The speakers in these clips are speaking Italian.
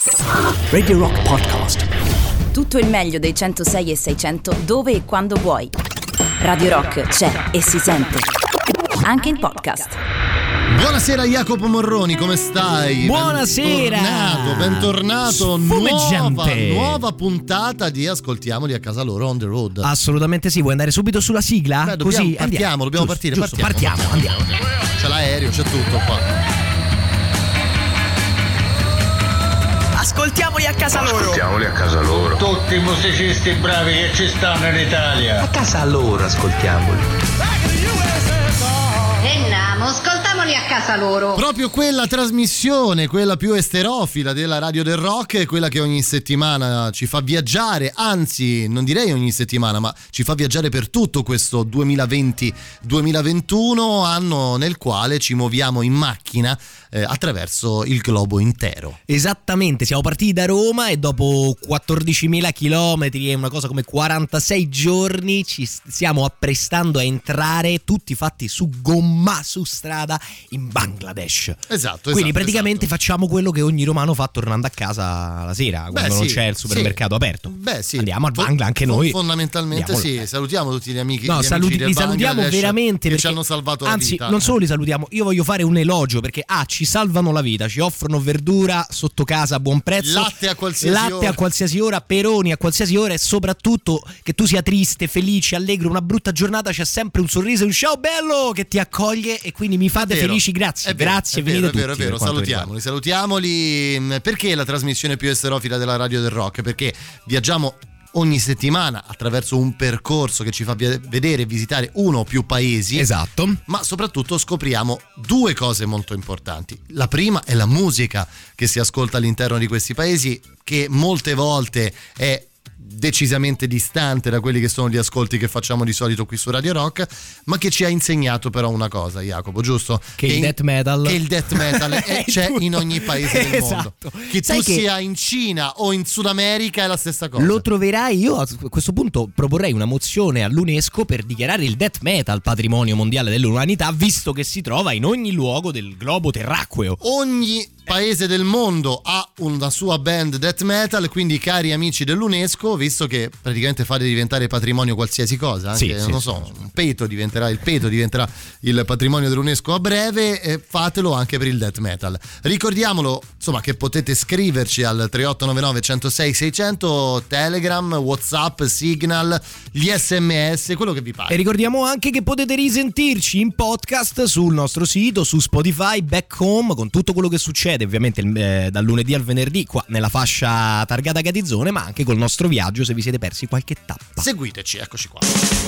Radio Rock Podcast. Tutto il meglio dei 106 e 600 dove e quando vuoi. Radio Rock c'è e si sente anche in podcast. Buonasera Jacopo Morroni, come stai? Buonasera. Bentornato. Nuova puntata di Ascoltiamoli a casa loro on the road. Assolutamente sì, vuoi andare subito sulla sigla? Beh, Così dobbiamo partire. Partiamo, andiamo. C'è l'aereo, c'è tutto qua. Ascoltiamoli a casa loro. Ascoltiamoli a casa loro. Tutti i musicisti bravi che ci stanno in Italia. A casa loro ascoltiamoli. Ascoltamoli a casa loro. Proprio quella trasmissione, quella più esterofila della Radio del Rock, è quella che ogni settimana ci fa viaggiare, anzi non direi ogni settimana, ma ci fa viaggiare per tutto questo 2020-2021, anno nel quale ci muoviamo in macchina attraverso il globo intero. Esattamente, siamo partiti da Roma e dopo 14.000 chilometri e una cosa come 46 giorni ci stiamo apprestando a entrare tutti fatti su gomma, su strada, in Bangladesh. Esatto. Quindi praticamente facciamo quello che ogni romano fa tornando a casa la sera, quando non c'è il supermercato aperto. Beh, sì. Andiamo al Bangla anche noi. Fondamentalmente sì. Salutiamo tutti gli amici. No, li salutiamo veramente che perché ci hanno salvato la vita. Anzi, non solo li salutiamo, io voglio fare un elogio perché ci salvano la vita, ci offrono verdura sotto casa a buon prezzo, latte a qualsiasi ora, peroni a qualsiasi ora, e soprattutto che tu sia triste, felice, allegro, una brutta giornata, c'è sempre un sorriso, un ciao bello che ti accoglie, e quindi mi fate felici. Grazie, grazie, venite tutti. È vero. Salutiamoli perché la trasmissione più esterofila della Radio del Rock, perché viaggiamo ogni settimana attraverso un percorso che ci fa vedere e visitare uno o più paesi. Esatto. Ma soprattutto scopriamo due cose molto importanti. La prima è la musica che si ascolta all'interno di questi paesi, che molte volte è decisamente distante da quelli che sono gli ascolti che facciamo di solito qui su Radio Rock, ma che ci ha insegnato però una cosa, Jacopo, giusto? Che il death metal c'è in ogni paese del mondo. Che tu sia in Cina o in Sud America è la stessa cosa. Lo troverai. Io a questo punto proporrei una mozione all'UNESCO per dichiarare il death metal patrimonio mondiale dell'umanità, visto che si trova in ogni luogo del globo terracqueo. Ogni paese del mondo ha una sua band death metal, quindi cari amici dell'UNESCO, visto che praticamente fate diventare patrimonio qualsiasi cosa, anche un peto diventerà il patrimonio dell'UNESCO a breve, fatelo anche per il death metal. Ricordiamolo, insomma, che potete scriverci al 3899 106 600, Telegram, WhatsApp, Signal, gli SMS, quello che vi pare. E ricordiamo anche che potete risentirci in podcast sul nostro sito, su Spotify, Back Home, con tutto quello che succede ovviamente dal lunedì al venerdì qua nella fascia targata Gatizzone, ma anche col nostro viaggio se vi siete persi qualche tappa. Seguiteci, eccoci qua.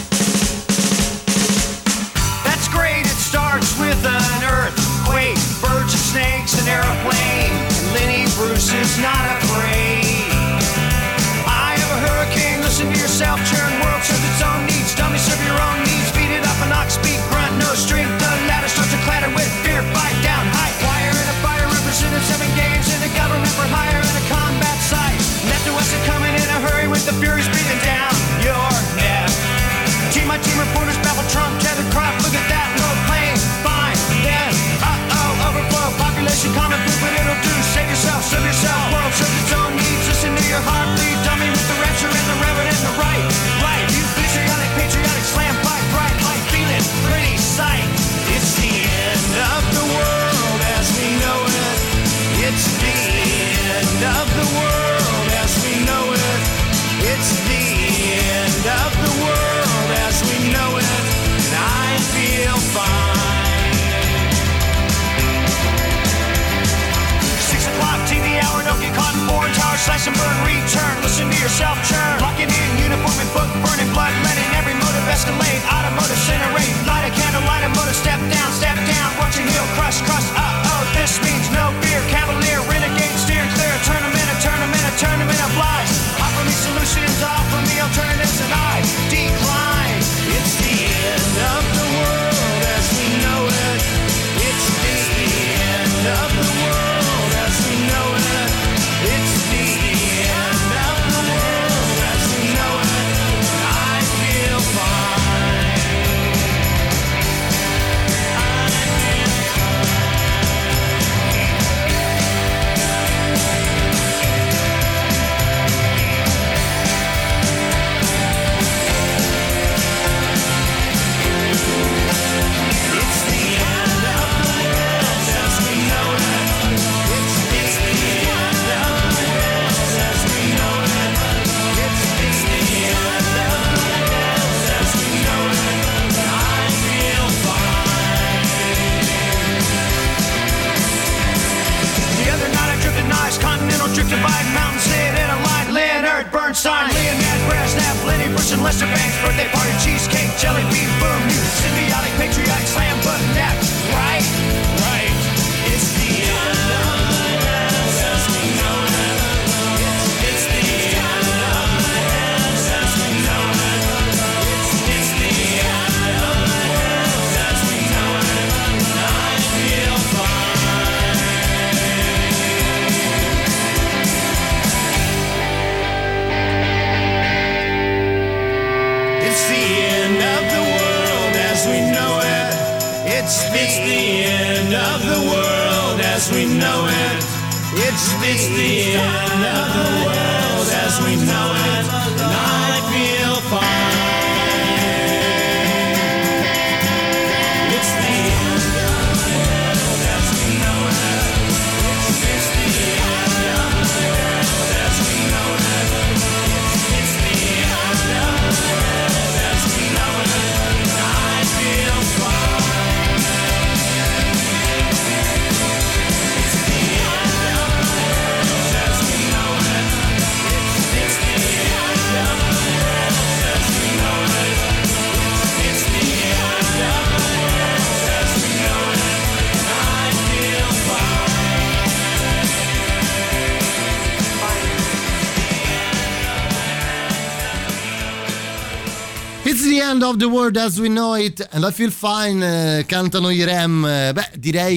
That's great, it starts with an earthquake, birds and snakes, an airplane, and Lenny Bruce is not afraid. I have a hurricane, listen to yourself, churn, world serves its own needs, dummy serve your own needs, beat it up an ox, speak, grunt, no strength, the ladder starts to clatter with fear, fight down, high wire and a fire, represented 7 games in the government for hire and a combat site, left to us are coming in a hurry with the furies breathing down your neck. Team by team reporters babble Trump, tethered crop, look at that low plane, fine, then, overflow, population common food, but it'll do, save yourself, serve yourself, world serves its own needs, listen to your heart, bleed, dummy with the rapture and the reverend and the right, you patriotic, slam, fight, bright, light, feeling, pretty sight, it's the end of the world as we know it, it's the end of the world as we know it, it's the end of the world as we know it, and I feel fine. 6 o'clock TV hour, don't get caught in foreign tower, slash and burn, return, listen to yourself churn, locking in uniform and book, burning blood, letting every motive escalate, automotive incinerate, light a candle, light a motor, step down, watch your heel crush, this means no fear, cavalier, renegade, steer clear, tournament of lies, offer me solutions, offer me alternatives, and I decline. It's the end of the world as we know it, it's the end of the world as we know it, it's the end of the world as Lester Bangs birthday party, cheesecake, jelly bean, boom, you symbiotic, patriotic, slam button, that's right, right. It's the end of the world as we know it. It's the end of the world as we know it. It's the end of the world as we know it. I feel fine. It's the end of the world as we know it. It's the end of the world as we know it. It's the end of the world as we know it. And I feel fine. It's the end of the world as we know it. It's the end of the world as we know it. It's the end of the world as we know it. And I feel fine. It's the end of the world as we know it. It's the end of the world as we know it. It's the end of the world as we know it. And I feel fine. It's the end of the world as we know it and I feel fine, cantano i Rem. Beh, direi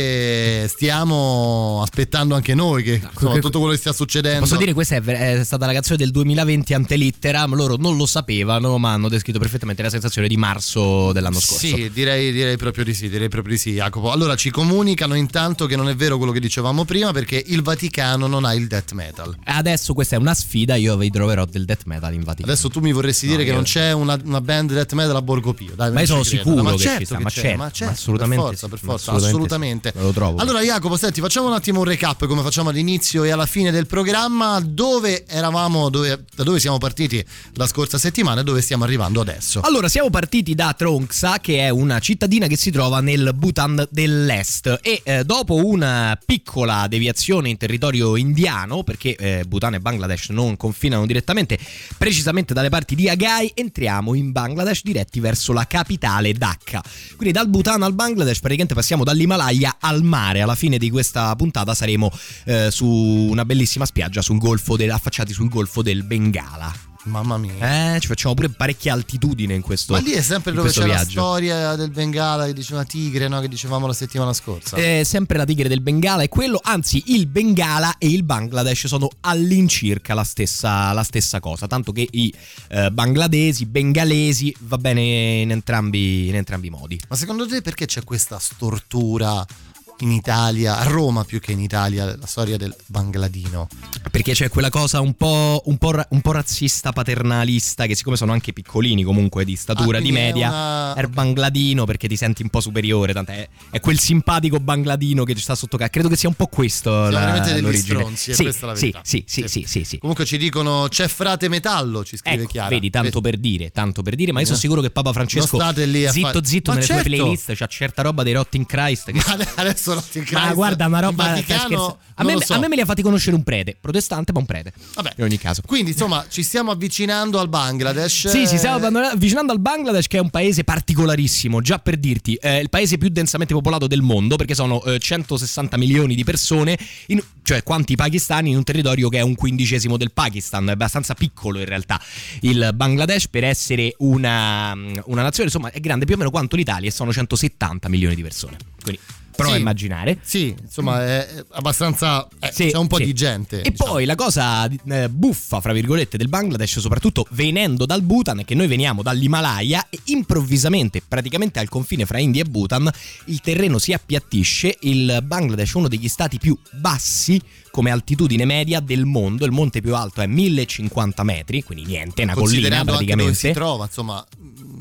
che stiamo aspettando anche noi che insomma, tutto quello che sta succedendo. Posso dire, questa è stata la canzone del 2020 ante litteram, loro non lo sapevano ma hanno descritto perfettamente la sensazione di marzo dell'anno scorso. Sì, direi proprio di sì, Jacopo. Allora ci comunicano intanto che non è vero quello che dicevamo prima, perché il Vaticano non ha il death metal. Adesso questa è una sfida, io vi troverò del death metal in Vaticano. Adesso tu mi vorresti dire che non c'è una band death metal a Borgo Pio. Dai, ma io sono sicuro ma che certo ci sta, che ma c'è, certo, ma certo, assolutamente, per forza, assolutamente. Me lo trovo. Allora Jacopo, senti, facciamo un attimo un recap come facciamo all'inizio e alla fine del programma. Dove eravamo, da dove siamo partiti la scorsa settimana e dove stiamo arrivando adesso? Allora, siamo partiti da Trongsa, che è una cittadina che si trova nel Bhutan dell'Est, e dopo una piccola deviazione in territorio indiano, perché Bhutan e Bangladesh non confinano direttamente, precisamente dalle parti di Agai, entriamo in Bangladesh diretti verso la capitale Dhaka. Quindi dal Bhutan al Bangladesh praticamente passiamo dall'Himalaya al mare. Alla fine di questa puntata saremo su una bellissima spiaggia affacciati sul golfo del Bengala. Mamma mia. Ci facciamo pure parecchia altitudine in questo viaggio. Ma lì è sempre dove c'è viaggio. La storia del Bengala che diceva tigre, no? Che dicevamo la settimana scorsa. Sempre la tigre del Bengala è quello, anzi il Bengala e il Bangladesh sono all'incirca la stessa cosa, tanto che i bangladesi, bengalesi va bene in entrambi i modi. Ma secondo te perché c'è questa stortura in Italia, a Roma più che in Italia, la storia del bangladino? Perché c'è quella cosa un po' razzista, paternalista, che siccome sono anche piccolini comunque di statura, di media, è il bangladino perché ti senti un po' superiore, tanto è quel simpatico bangladino che ci sta sotto casa. Credo che sia un po' questo veramente degli l'origine. Stronzi, sì, questa è la verità. Sì. Comunque ci dicono c'è frate metallo, ci scrive ecco, Chiara. Vedi, tanto per dire, ma io sono sicuro che Papa Francesco zitto nelle sue playlist c'ha certa roba dei Rotting Christ che... Ma adesso Rotting Christ, ma guarda, una roba Vaticano, a me li ha fatti conoscere un prete protestante, ma un prete. Vabbè, in ogni caso. Quindi insomma ci stiamo avvicinando al Bangladesh. Sì, ci stiamo avvicinando al Bangladesh, che è un paese particolarissimo. Già per dirti, è il paese più densamente popolato del mondo, perché sono 160 milioni di persone, cioè quanti pakistani in un territorio che è un quindicesimo del Pakistan. È abbastanza piccolo in realtà il Bangladesh per essere una nazione, insomma è grande più o meno quanto l'Italia, e sono 170 milioni di persone. Quindi prova a immaginare. Sì, insomma è abbastanza c'è un po' di gente. E poi la cosa buffa, fra virgolette, del Bangladesh, soprattutto venendo dal Bhutan, è che noi veniamo dall'Himalaya e improvvisamente, praticamente al confine fra India e Bhutan, il terreno si appiattisce. Il Bangladesh è uno degli stati più bassi come altitudine media del mondo. Il monte più alto è 1050 metri, quindi niente, una collina praticamente. Anche dove si trova, insomma,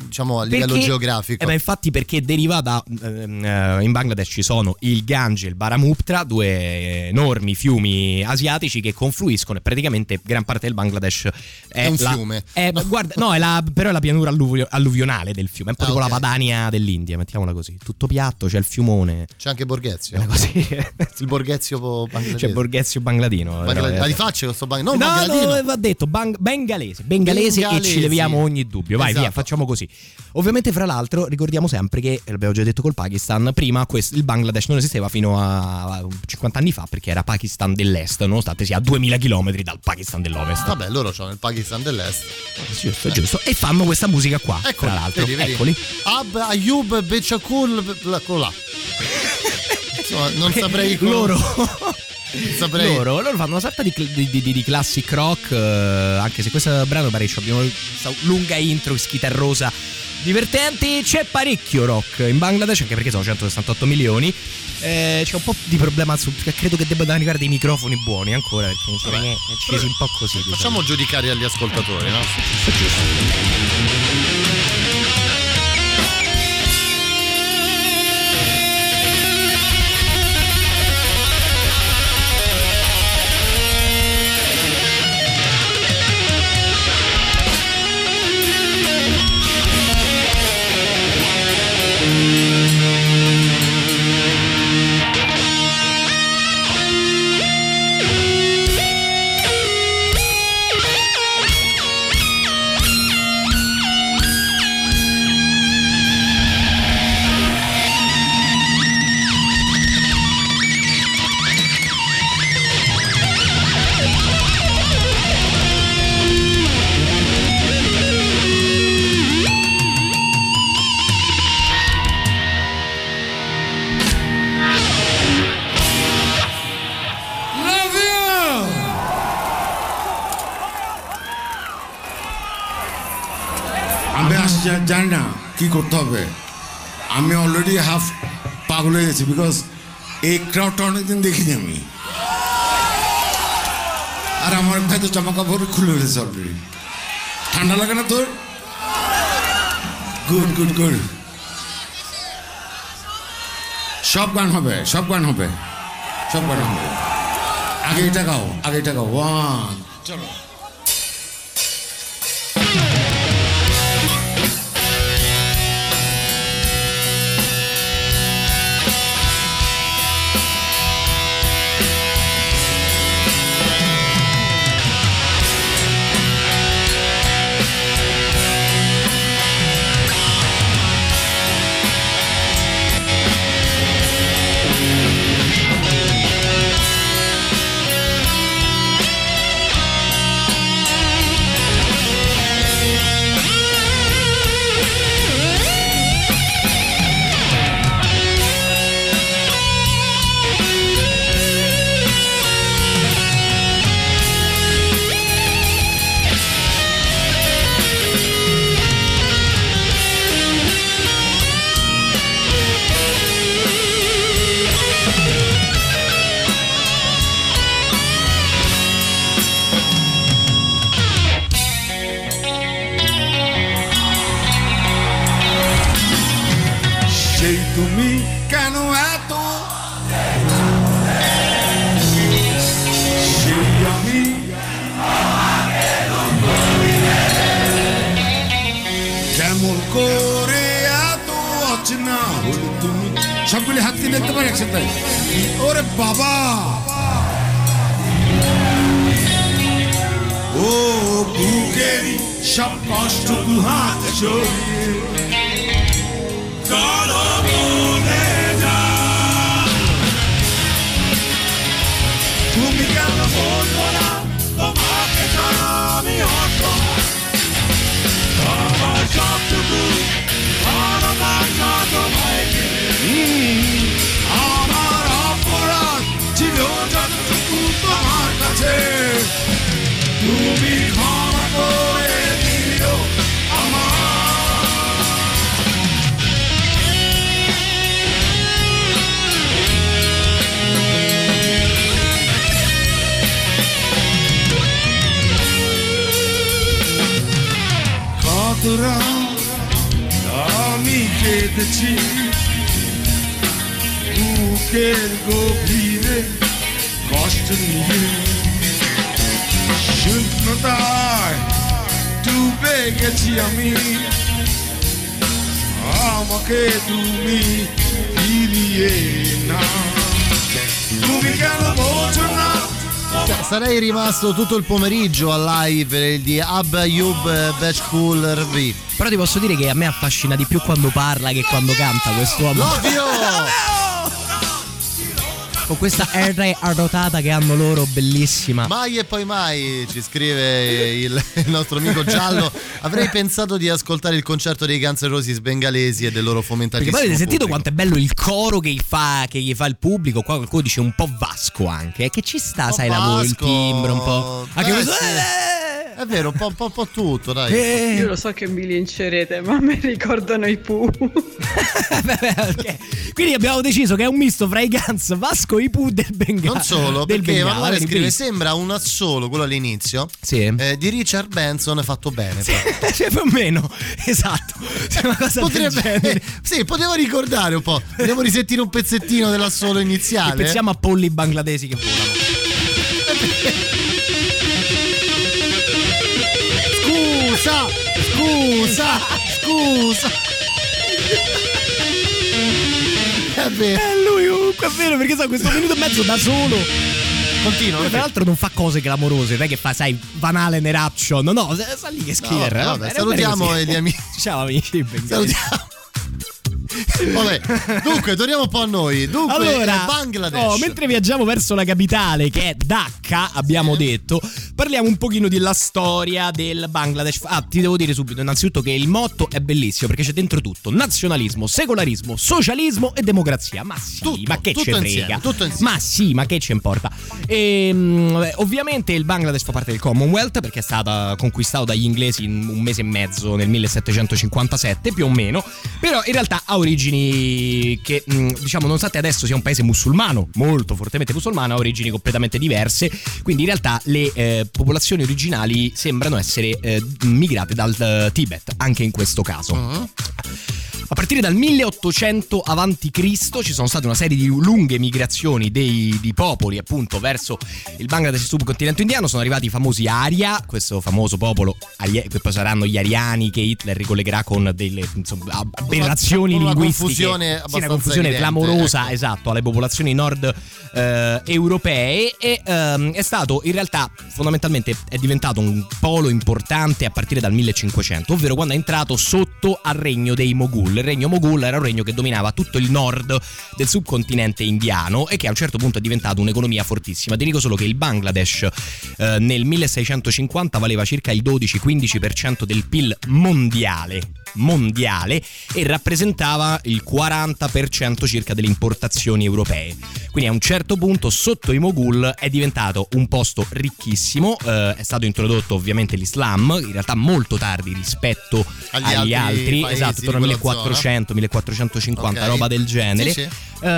diciamo a livello geografico. Ma infatti perché deriva da in Bangladesh ci sono il Gange e il Brahmaputra, due enormi fiumi asiatici che confluiscono, e praticamente gran parte del Bangladesh è un fiume. Guarda, no, però è la pianura alluvionale del fiume, è un po' tipo la Padania dell'India, mettiamola così. Tutto piatto, c'è il fiumone. C'è anche Borghezio. Così. Il Borghezio bangladese. C'è Borghezio bangladino. Ma di faccia questo no, va detto bengalese e ci leviamo ogni dubbio. Vai, via, facciamo così. Ovviamente, fra l'altro, ricordiamo sempre che, l'abbiamo già detto col Pakistan, prima il Bangladesh non esisteva fino a 50 anni fa, perché era Pakistan dell'Est, nonostante sia a 2000 km dal Pakistan dell'Ovest. Vabbè, loro sono il Pakistan dell'Est. Giusto. E fanno questa musica qua, eccoli, tra l'altro. Vedi. Eccoli. Ab Ayub Bechakul là. Insomma, non saprei loro fanno una sorta di classic rock, anche se questo brano pare che abbiamo questa lunga intro chitarrosa divertenti. C'è parecchio rock in Bangladesh, anche perché sono 168 milioni. C'è un po' di problema credo che debbano arrivare dei microfoni buoni ancora, perché è scesi un po' così. Facciamo giudicare agli ascoltatori, no? Giusto. জানি না কি করতে হবে আমি অলরেডি হাফ পাগল হয়ে গেছি বিকজ এই ক্রাউডটা অনেকদিন দেখিনি আমি আর আমার ভাই তো জামা কাপড় খুলে ফেলেছে অলরেডি ঠান্ডা লাগে না তোর গুড গুড গুড সব গান হবে আগে এটা গাও ওয়ান চলো সবগুলি হাত দিয়ে দেখতে পারি একসাথে ওরে বাবা ও বুকেরই সব কষ্ট হাতে সরিয়ে চলো বলে যা তুমি কেন বলবো না তোমাকে ছাড়া আমি অসহায় আমার সবটুকু ভালোবাসা তোমায় আমার অপরাধ ছিল যতটুকু তোমার কাছে তুমি ক্ষমা করে দিও আমার দেখেছি বুকের গভীরে কষ্ট নিয়ে শূন্যতায় ডুবে গেছি আমি আমাকে তুমি ফিরিয়ে না তুমি কেন বোঝো না. Sarei rimasto tutto il pomeriggio a live di Ab Ayoub Bashkul Rvi. Però ti posso dire che a me affascina di più quando parla che quando canta quest'uomo. L'ovvio! Con questa R arrotata che hanno loro, bellissima. Mai e poi mai, ci scrive il nostro amico Giallo. Avrei pensato di ascoltare il concerto dei Guns N' Roses bengalesi e del loro fomentatissimo Perché poi avete sentito pubblico. quanto è bello il coro che gli fa il pubblico. Qua qualcuno dice un po' Vasco anche, che ci sta, sai, il timbro un po'. Anche questo, sì. È vero, un po' tutto, dai. Io lo so che mi lincerete, ma mi ricordano i Pooh. Okay. Quindi abbiamo deciso che è un misto fra i Guns, Vasco e i Pooh del Bengala. Non solo, del perché Bengala, Emanuele scrive benissimo. sembra un assolo, quello all'inizio, sì. Di Richard Benson fatto bene. Cioè, più o meno, esatto. Una cosa Potrebbe, sì, potevo ricordare un po'. Vogliamo risentire un pezzettino dell'assolo iniziale. E pensiamo a polli bangladesi che volano. Scusa. È vero. Lui comunque è vero, perché sa questo minuto e mezzo da solo. Continua. Tra l'altro non fa cose clamorose, non è che fa, sai, Van Halen Eruption. No, sta lì che scrive. No, vabbè, salutiamo gli amici. Ciao amici. Salutiamo. Vabbè, dunque torniamo un po' a noi. Dunque, allora, Bangladesh. mentre viaggiamo verso la capitale, che è Dhaka, abbiamo detto, parliamo un pochino della storia del Bangladesh. Ti devo dire subito innanzitutto che il motto è bellissimo, perché c'è dentro tutto: nazionalismo, secolarismo, socialismo e democrazia. Ma sì, tutto, ma che tutto ce insieme, frega? tutto insieme. Ma sì, ma che ci importa? Ovviamente il Bangladesh fa parte del Commonwealth, perché è stato conquistato dagli inglesi in un mese e mezzo, nel 1757 più o meno. Però in realtà ha origini che, diciamo, nonostante adesso sia un paese musulmano, molto fortemente musulmano, ha origini completamente diverse. Quindi in realtà le popolazioni originali sembrano essere migrate dal Tibet, anche in questo caso. A partire dal 1800 avanti Cristo ci sono state una serie di lunghe migrazioni di popoli appunto verso il Bangladesh e il subcontinente indiano. Sono arrivati i famosi Arya, questo famoso popolo che poi saranno gli ariani, che Hitler ricollegherà con delle aberrazioni linguistiche, una confusione clamorosa, esatto, alle popolazioni nord europee. E è stato in realtà fondamentalmente è diventato un polo importante a partire dal 1500, ovvero quando è entrato sotto al regno dei Moghul. Il regno Moghul era un regno che dominava tutto il nord del subcontinente indiano e che a un certo punto è diventato un'economia fortissima. Ti dico solo che il Bangladesh nel 1650 valeva circa il 12-15% del PIL mondiale e rappresentava il 40% circa delle importazioni europee. Quindi a un certo punto sotto i Moghul è diventato un posto ricchissimo. È stato introdotto ovviamente l'Islam, in realtà molto tardi rispetto agli altri, esatto, intorno al 1400-1450, okay, roba del genere. Sì.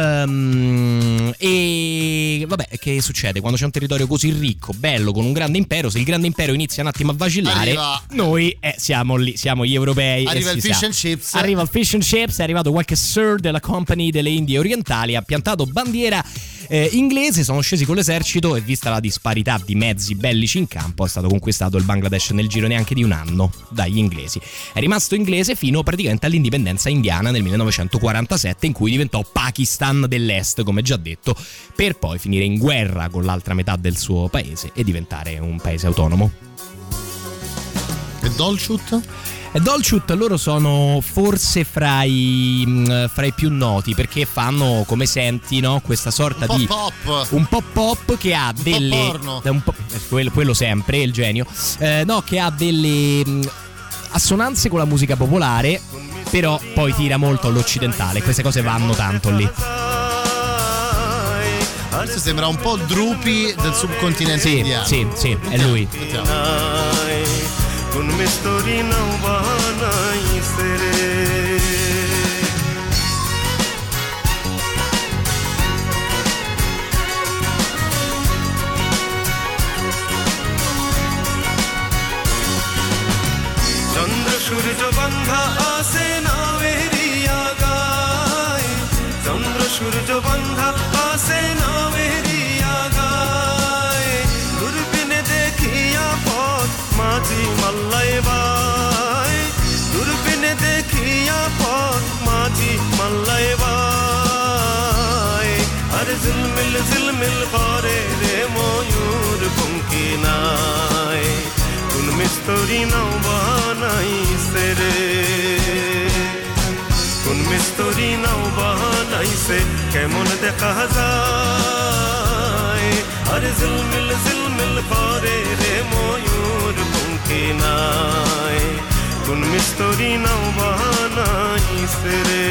E vabbè, che succede? Quando c'è un territorio così ricco, bello, con un grande impero, se il grande impero inizia un attimo a vacillare, noi siamo lì, siamo gli europei. Arriva il fish and chips. Arriva il fish and chips, è arrivato qualche sir della Company delle Indie Orientali, ha piantato bandiera inglese, sono scesi con l'esercito e vista la disparità di mezzi bellici in campo è stato conquistato il Bangladesh nel giro neanche di un anno dagli inglesi. È rimasto inglese fino praticamente all'indipendenza indiana nel 1947, in cui diventò Pakistan dell'Est, come già detto, per poi finire in guerra con l'altra metà del suo paese e diventare un paese autonomo. E Dolchut? E Dolchut loro sono forse fra i più noti, perché fanno, come senti, no, questa sorta un di pop. Un po' pop che ha un delle po' quello sempre, il genio, no, che ha delle assonanze con la musica popolare, però poi tira molto all'occidentale. Queste cose vanno tanto lì. Questo sembra un po' Drupi del subcontinente indiano. Sì, è lui. Con me story no banai sere Chandra surja bandha ase na veri aga झिलमिल करे रे मयूर पंखी नाय कुन मिस्तरी नाव बहानाई से रे कुन मिस्तरी नाव बहानाई से केमन देखा যায় আরে झिलमिल झिलमिल करे रे मयूर पंखी नाय कुन मिस्तरी नाव बहानाई से रे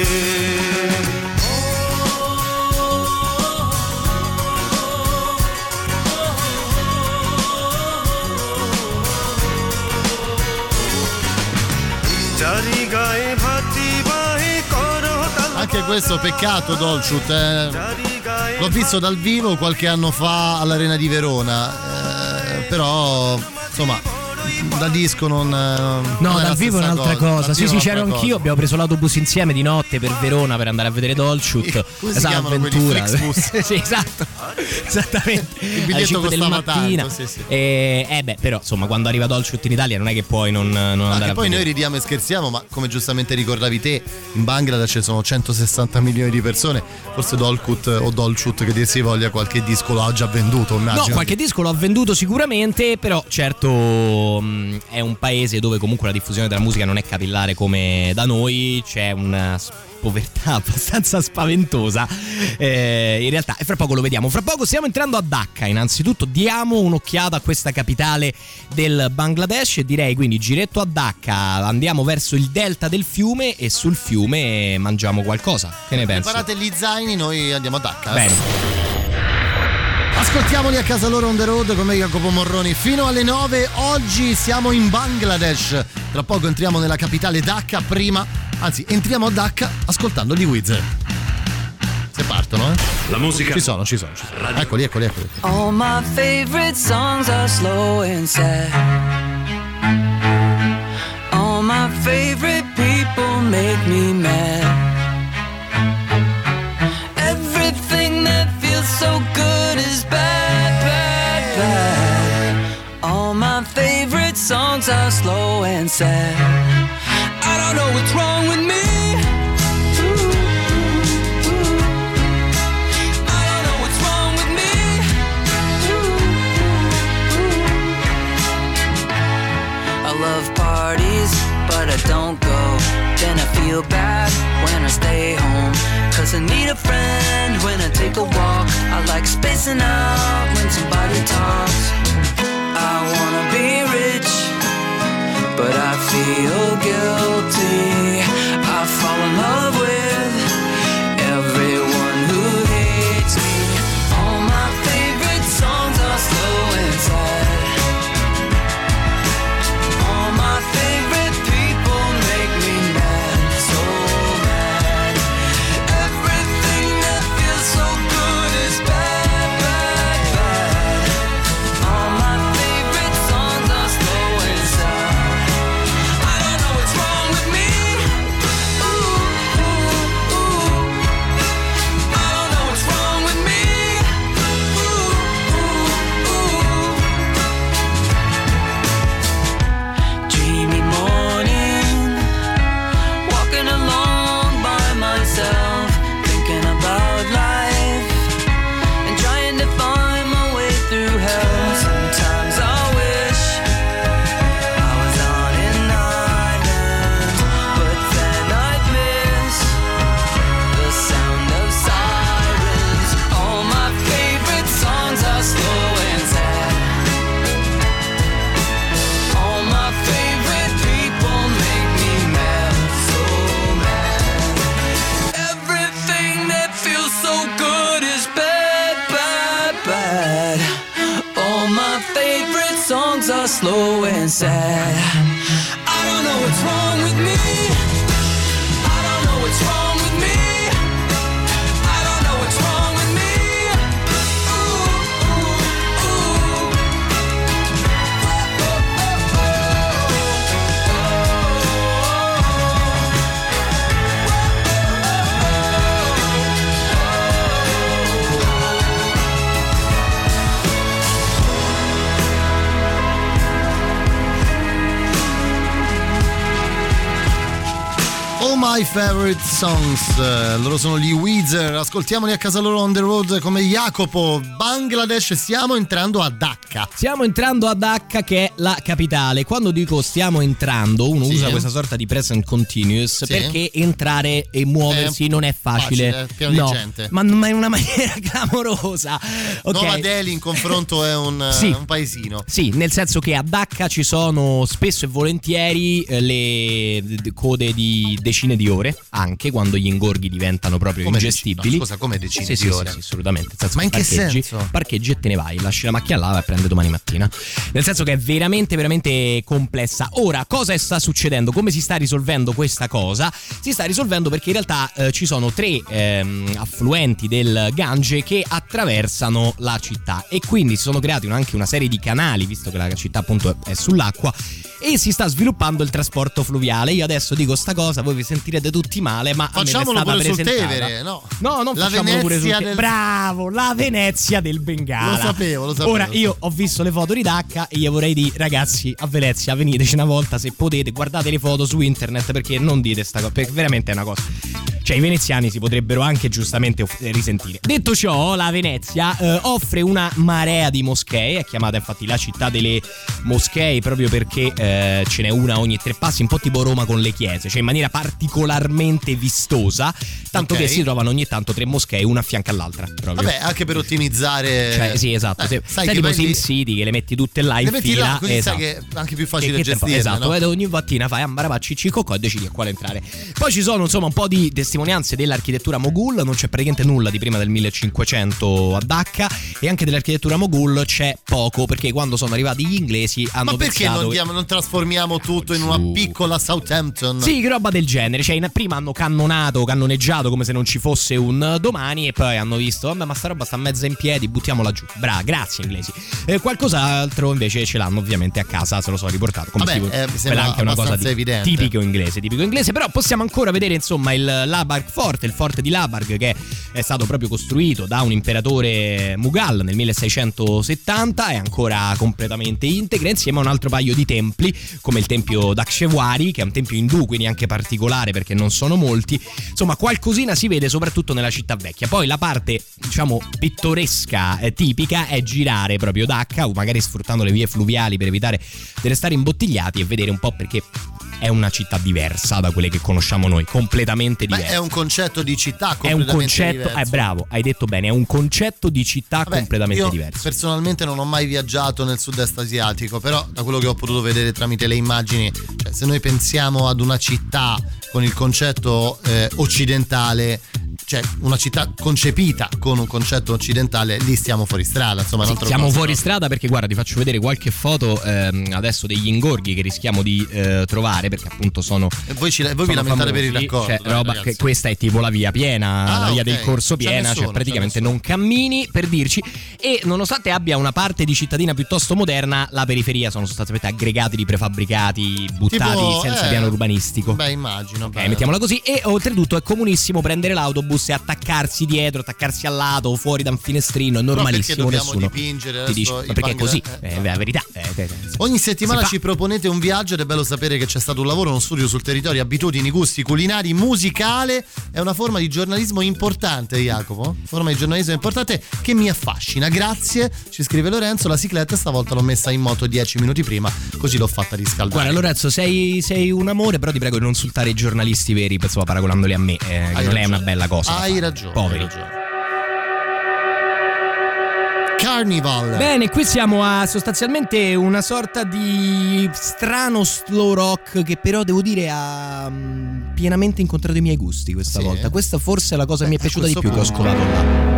Anche questo peccato Dolchut, l'ho visto dal vivo qualche anno fa all'Arena di Verona, però insomma da disco non no, dal vivo è un'altra cosa. Sì, c'ero anch'io, abbiamo preso l'autobus insieme di notte per Verona per andare a vedere Dolchut. Come si chiamano avventura. Sì, esatto. Esattamente. Il biglietto costava tanto, sì. Però insomma, quando arriva Dolchut in Italia non è che puoi non andare a poi vedere. Noi ridiamo e scherziamo, ma come giustamente ricordavi te, in Bangladesh ci sono 160 milioni di persone. Forse Dolchut che dir si voglia, qualche disco l'ha già venduto, immagino. No, qualche disco l'ha venduto sicuramente, però certo è un paese dove comunque la diffusione della musica non è capillare come da noi, c'è una povertà abbastanza spaventosa in realtà, e fra poco lo vediamo. Fra poco stiamo entrando a Dhaka. Innanzitutto diamo un'occhiata a questa capitale del Bangladesh e direi quindi giretto a Dhaka, andiamo verso il delta del fiume e sul fiume mangiamo qualcosa. Che ne pensi? Preparate gli zaini, noi andiamo a Dhaka. Bene. Ascoltiamoli a casa loro on the road con me Jacopo Morroni fino alle 9. Oggi siamo in Bangladesh. Tra poco entriamo nella capitale Dhaka. Entriamo a Dhaka ascoltando gli Wiz. Se partono, La musica. Ci sono. Eccoli. All my favorite songs are slow and sad. All my favorite people make me mad. Everything that feels so good is bad, bad, bad. All my favorite songs are slow and sad. I don't know what's wrong with me. I don't know what's wrong with me. I love parties, but I don't go. Then I feel bad when I stay home. 'Cause I need a friend when I take a walk. I like spacing out when somebody talks. I wanna be rich, but I feel guilty. I fall in love with everyone who hates me. All my favorite songs are slow and sad. All my favorite people make me mad, so mad. Everything that feels so good is bad, bad, bad. All my favorite songs are slow and sad. I don't know what's wrong with me. Ooh, ooh, ooh. I don't know what's wrong with me. Ooh, ooh, ooh. Dreamy morning, walking along by myself, thinking about life and trying to find my way through hell. Sometimes I wish I was on an island, but then I'd miss the sound of sirens. All my favorite songs are slow and sad. All my favorite people make me mad, so mad. Everything that feels so good is bad, bad, bad. All my favorite songs are slow and sad. I don't know what's wrong with me. I don't know what's wrong with me. I don't know what's wrong with me. Ooh, ooh, ooh. My Favorite Songs, loro sono gli Weezer, ascoltiamoli a casa loro on the road come Jacopo. Bangladesh, stiamo entrando a Dhaka. Stiamo entrando a Dhaka, che è la capitale. Quando dico stiamo entrando, uno usa questa sorta di present continuous, perché entrare e muoversi non è facile, pieno di gente. Ma in una maniera clamorosa. Okay. Nuova Delhi in confronto è un paesino. Sì, nel senso che a Dhaka ci sono spesso e volentieri le code di decine di ore, anche quando gli ingorghi diventano proprio ingestibili. Scusa, come decine di ore? Sì, assolutamente. Ma in che senso? Parcheggi e te ne vai, lasci la macchina là e prende domani mattina. Nel senso che è veramente, veramente complessa. Ora, cosa sta succedendo? Come si sta risolvendo questa cosa? Si sta risolvendo perché in realtà ci sono 3 affluenti del Gange che attraversano la città, e quindi si sono creati anche una serie di canali, visto che la città appunto è sull'acqua, e si sta sviluppando il trasporto fluviale. Io adesso dico sta cosa, voi vi sentirete tutti male, ma facciamolo a me pure sul presentata. Tevere, no? No, non la facciamolo pure sul Venezia Bravo, la Venezia del Bengala. Lo sapevo. Ora io ho visto le foto di Dhaka e io vorrei dire, ragazzi, a Venezia veniteci una volta se potete, guardate le foto su internet, perché non dite sta cosa, perché veramente è una cosa, cioè i veneziani si potrebbero anche giustamente risentire. Detto ciò, la Venezia offre una marea di moschee, è chiamata infatti la città delle moschee proprio perché ce n'è una ogni 3 passi, un po' tipo Roma con le chiese, cioè in maniera particolarmente vistosa, tanto che si trovano ogni tanto 3 moschee una a fianco all'altra proprio. Vabbè, anche per ottimizzare, cioè, sì, esatto, sai tipo SimCity che le metti tutte là in fila, là, così esatto. sai che è anche più facile gestire, esatto, no? Ogni mattina fai ambarabacci cicocò e decidi a quale entrare. Poi ci sono insomma un po' di testimonianze dell'architettura Moghul, non c'è praticamente nulla di prima del 1500 a Dhaka, e anche dell'architettura Moghul c'è poco, perché quando sono arrivati gli inglesi hanno pensato, perché non trasformiamo tutto in una piccola Southampton? Sì, che roba del genere, cioè prima hanno cannoneggiato come se non ci fosse un domani, e poi hanno visto vabbè, ma sta roba sta mezza in piedi, buttiamola giù. Grazie inglesi. Qualcos'altro invece ce l'hanno ovviamente a casa, se lo so riportato, come quella anche una cosa tipico inglese, però possiamo ancora vedere insomma il Labarg Fort, il forte di Labarg, che è stato proprio costruito da un imperatore Mughal nel 1670, è ancora completamente integra, insieme a un altro paio di templi come il tempio Dakshewari, che è un tempio indù, quindi anche particolare perché non sono molti. Insomma, qualcosina si vede soprattutto nella città vecchia. Poi la parte, diciamo, pittoresca tipica è girare proprio Dhaka, o magari sfruttando le vie fluviali per evitare di restare imbottigliati, e vedere un po' perché è una città diversa da quelle che conosciamo noi, completamente diversa. È un concetto di città completamente diverso. Bravo, hai detto bene, è un concetto di città completamente diverso. Personalmente non ho mai viaggiato nel sud-est asiatico, però da quello che ho potuto vedere tramite le immagini, cioè se noi pensiamo ad una città con il concetto occidentale, cioè una città concepita con un concetto occidentale, lì stiamo fuori strada, insomma. Sì, siamo fuori strada, perché guarda, ti faccio vedere qualche foto adesso degli ingorghi che rischiamo di trovare, perché appunto sono e voi vi lamentate per il raccordo, cioè, roba che questa è tipo la via piena, la via del corso piena, cioè praticamente non cammini, per dirci. E nonostante abbia una parte di cittadina piuttosto moderna, la periferia sono sostanzialmente aggregati di prefabbricati buttati tipo, senza piano urbanistico. Beh, immagino. Ok, mettiamola così. E oltretutto è comunissimo prendere l'autobus e attaccarsi dietro, attaccarsi al lato o fuori da un finestrino, è normalissimo. Nessuno dipingere ti dice, ma perché è così, è la verità. Ogni settimana ci proponete un viaggio ed è bello sapere che c'è stato un lavoro, uno studio sul territorio, abitudini, gusti culinari, musicale. È una forma di giornalismo importante, Jacopo, forma di giornalismo importante che mi affascina. Grazie, ci scrive Lorenzo. La cicletta stavolta l'ho messa in moto 10 minuti prima, così l'ho fatta riscaldare. Guarda Lorenzo, sei un amore, però ti prego di non insultare i giornalisti veri, insomma, paragonandoli a me, che non è una bella cosa. Hai ragione. Poveri. Carnival. Bene, qui siamo a sostanzialmente una sorta di strano slow rock che però devo dire ha pienamente incontrato i miei gusti questa volta. Questa forse è la cosa che mi è piaciuta di più che ho scovato là.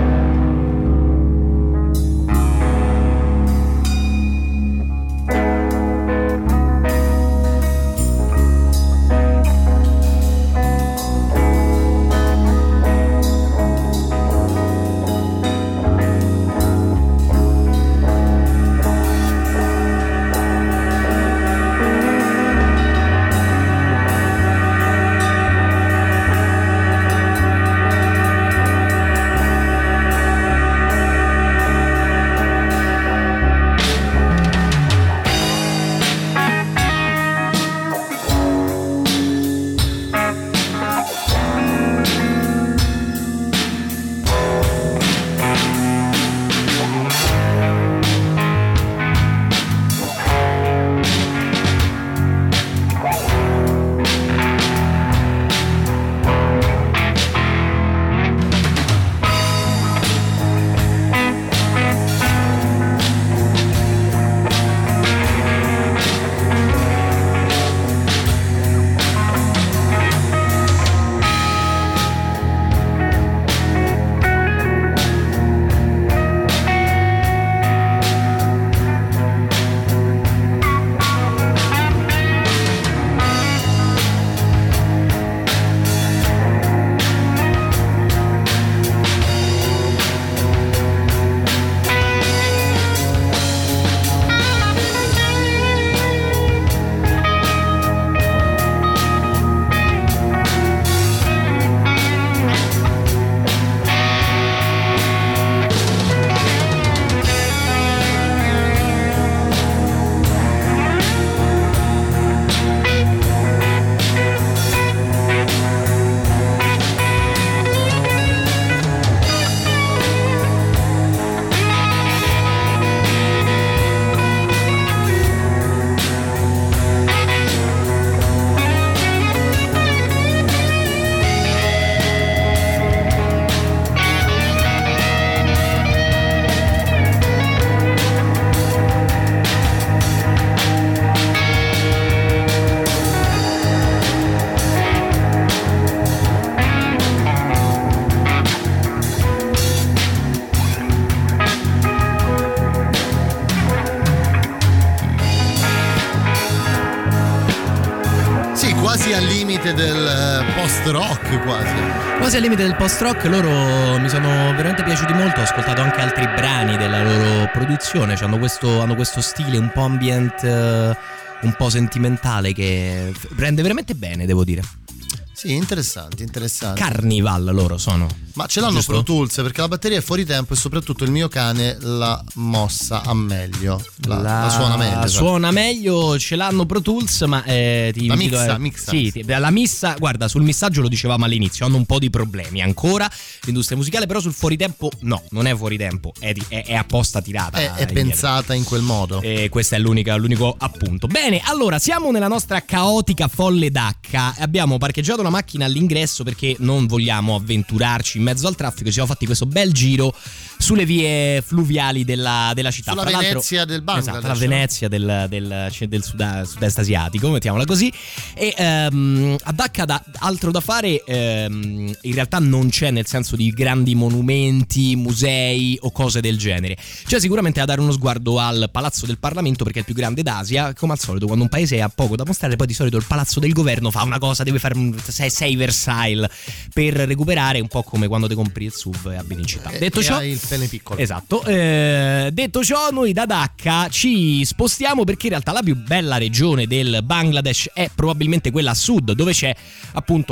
limite del post-rock quasi al limite del post-rock. Loro mi sono veramente piaciuti molto, ho ascoltato anche altri brani della loro produzione, hanno questo stile un po' ambient, un po' sentimentale che rende veramente bene, devo dire. Sì, interessanti. Carnival loro sono. Ma ce l'hanno giusto? Pro Tools, perché la batteria è fuori tempo e soprattutto il mio cane la mossa a meglio. La suona meglio. La suona meglio, ce l'hanno Pro Tools, ma ti mixa. Sì, la missa, guarda, sul missaggio lo dicevamo all'inizio, hanno un po' di problemi ancora l'industria musicale, però sul fuori tempo no, non è fuori tempo, è apposta tirata. È pensata in quel modo. E questo è l'unico appunto. Bene, allora siamo nella nostra caotica folle Dacca. Abbiamo parcheggiato la macchina all'ingresso perché non vogliamo avventurarci in mezzo al traffico. Ci siamo fatti questo bel giro sulle vie fluviali della città. Sulla Venezia del Bangladesh. Esatto, la Venezia del sud-est asiatico, mettiamola così. E a Dacca altro da fare in realtà non c'è, nel senso di grandi monumenti, musei o cose del genere. C'è sicuramente da dare uno sguardo al Palazzo del Parlamento, perché è il più grande d'Asia. Come al solito, quando un paese ha poco da mostrare, poi di solito il Palazzo del Governo fa una cosa, deve fare sei Versailles per recuperare, un po' come quando ti compri il SUV e abiti in città. Detto ciò, hai il pene piccolo. Esatto. Detto ciò, noi da Dacca ci spostiamo perché in realtà la più bella regione del Bangladesh è probabilmente quella a sud, dove c'è appunto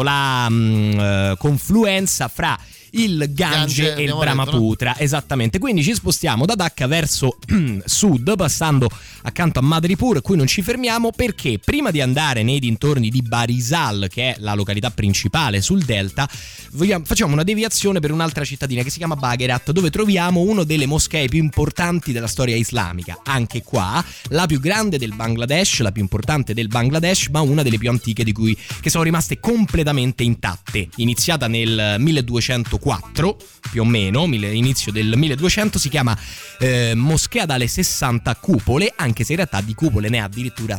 la confluenza fra il Gange e il Brahmaputra, detto, no? Esattamente. Quindi ci spostiamo da Dacca verso sud, passando accanto a Madripur, qui non ci fermiamo perché prima di andare nei dintorni di Barisal, che è la località principale sul delta, facciamo una deviazione per un'altra cittadina che si chiama Bagherat, dove troviamo una delle moschee più importanti della storia islamica. Anche qua la più grande del Bangladesh, la più importante del Bangladesh, ma una delle più antiche che sono rimaste completamente intatte. Iniziata nel 1204 più o meno, inizio del 1200, si chiama Moschea dalle 60 cupole, anche se in realtà di cupole ne ha addirittura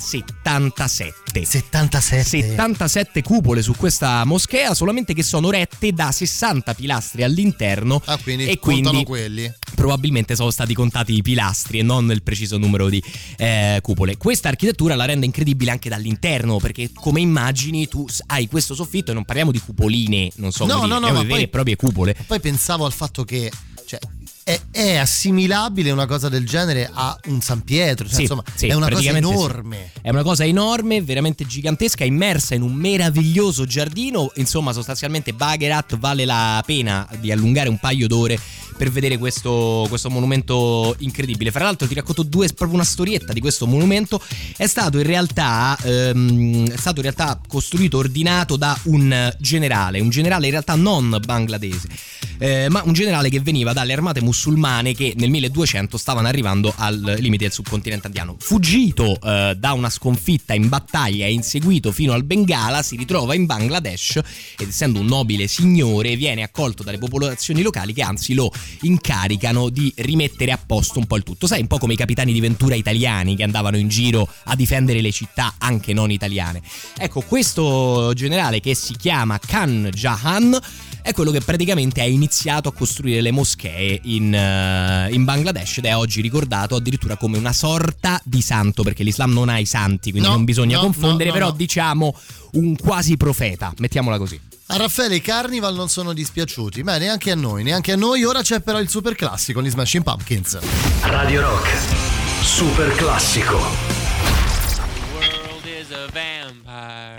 77 cupole su questa moschea, solamente che sono rette da 60 pilastri all'interno. E quindi quelli probabilmente sono stati contati i pilastri e non il preciso numero di cupole. Questa architettura la rende incredibile anche dall'interno, perché come immagini tu hai questo soffitto, e non parliamo di cupoline, non so come dire, ma vere e proprie cupole. Poi pensavo al fatto che è assimilabile una cosa del genere a un San Pietro, sì, insomma, è una cosa enorme. Sì. È una cosa enorme, veramente gigantesca, immersa in un meraviglioso giardino. Insomma, sostanzialmente Bagherat vale la pena di allungare un paio d'ore per vedere questo monumento incredibile. Fra l'altro ti racconto proprio una storietta di questo monumento. È stato in realtà costruito, ordinato da un generale in realtà non bangladese, ma un generale che veniva dalle armate musulmane che nel 1200 stavano arrivando al limite del subcontinente indiano. Fuggito da una sconfitta in battaglia e inseguito fino al Bengala, si ritrova in Bangladesh ed essendo un nobile signore viene accolto dalle popolazioni locali, che anzi lo incaricano di rimettere a posto un po' il tutto. Sai, un po' come i capitani di ventura italiani che andavano in giro a difendere le città anche non italiane. Ecco, questo generale, che si chiama Khan Jahan, è quello che praticamente ha iniziato a costruire le moschee in Bangladesh ed è oggi ricordato addirittura come una sorta di santo, perché l'Islam non ha i santi, quindi non bisogna confondere, però diciamo un quasi profeta, mettiamola così. A Raffaele i Carnival non sono dispiaciuti, ma neanche a noi. Ora c'è però il super classico, gli Smashing Pumpkins. Radio Rock, super classico. The world is a vampire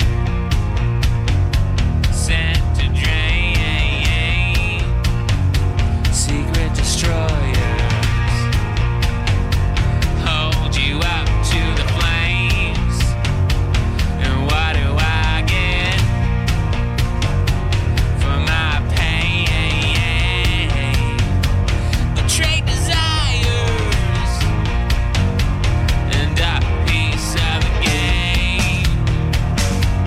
sent to drain secret destroyers, hold you up to the flames, and what do I get for my pain? Betrayed desires and a piece of a game.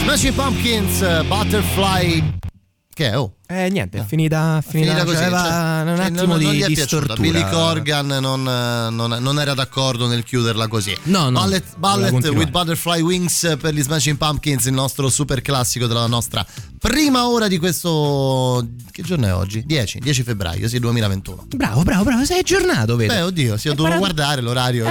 Smashing Pumpkins, Butterfly. Che è? Oh. Niente, è finita così, un attimo di stortura. Billy Corgan non era d'accordo nel chiuderla così. No, Ballet with Butterfly Wings per gli Smashing Pumpkins, il nostro super classico della nostra prima ora di questo. Che giorno è oggi? 10 febbraio, sì, 2021. Bravo, sei aggiornato, vedo. Beh, oddio, ho dovuto guardare l'orario.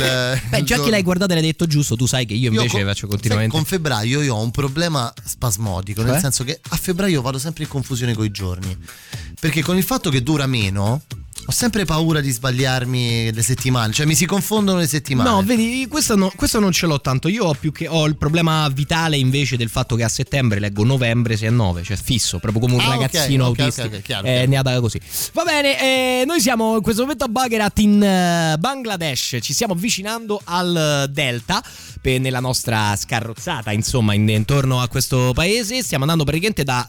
Già che l'hai guardato e l'hai detto giusto, tu sai che io invece faccio continuamente. Con febbraio io ho un problema spasmodico, nel senso che a febbraio vado sempre in confusione coi giorni, perché con il fatto che dura meno ho sempre paura di sbagliarmi le settimane, cioè mi si confondono le settimane. No, vedi, questo non ce l'ho tanto. Io ho il problema vitale invece del fatto che a settembre leggo novembre 6 a 9, cioè fisso, proprio come un ragazzino autistico. Chiaro. Ne ha data così. Va bene, noi siamo in questo momento a Bagherat in Bangladesh, ci stiamo avvicinando al Delta nella nostra scarrozzata, insomma, intorno a questo paese. Stiamo andando praticamente da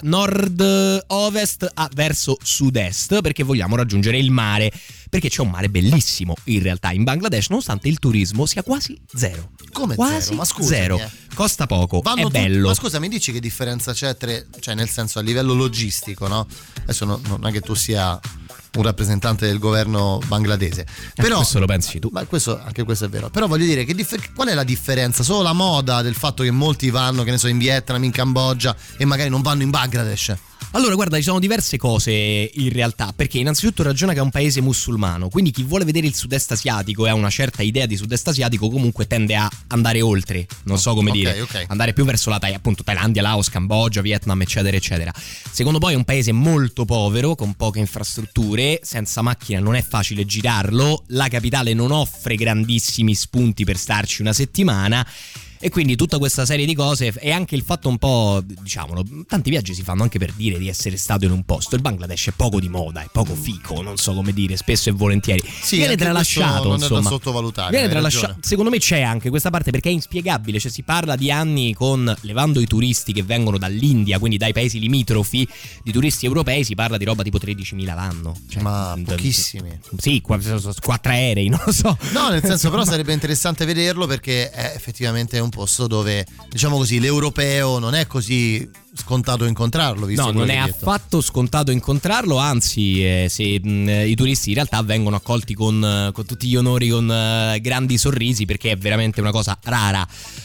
nord-ovest verso sud-est perché vogliamo raggiungere il mare, perché c'è un mare bellissimo in realtà in Bangladesh, nonostante il turismo sia quasi zero. Come quasi zero? Ma scusami, zero. Costa poco, è bello. Ma scusa, mi dici che differenza c'è cioè nel senso a livello logistico, no? Adesso non è che tu sia un rappresentante del governo bangladese, però questo lo pensi tu. Ma anche questo è vero. Però voglio dire, qual è la differenza? Solo la moda del fatto che molti vanno, che ne so, in Vietnam, in Cambogia e magari non vanno in Bangladesh? Allora, guarda, ci sono diverse cose in realtà, perché innanzitutto ragiona che è un paese musulmano, quindi chi vuole vedere il sud-est asiatico e ha una certa idea di sud-est asiatico comunque tende a andare oltre, non so come dire, andare più verso la appunto Thailandia, Laos, Cambogia, Vietnam, eccetera eccetera. Secondo poi è un paese molto povero, con poche infrastrutture, senza macchina non è facile girarlo, la capitale non offre grandissimi spunti per starci una settimana. E quindi tutta questa serie di cose, e anche il fatto un po', diciamolo, tanti viaggi si fanno anche per dire di essere stato in un posto. Il Bangladesh è poco di moda, è poco fico, non so come dire, spesso e volentieri. Sì, viene tralasciato, non insomma. è da sottovalutare. Viene tralasciato. Secondo me c'è anche questa parte perché è inspiegabile, cioè si parla di anni levando i turisti che vengono dall'India, quindi dai paesi limitrofi, di turisti europei, si parla di roba tipo 13.000 l'anno. Cioè, ma pochissimi. Sì, 4 aerei, non lo so. No, nel senso però sarebbe interessante vederlo perché è effettivamente un posto dove, diciamo così, l'europeo non è così scontato incontrarlo, visto non è affatto scontato incontrarlo, anzi i turisti in realtà vengono accolti con tutti gli onori, con grandi sorrisi, perché è veramente una cosa rara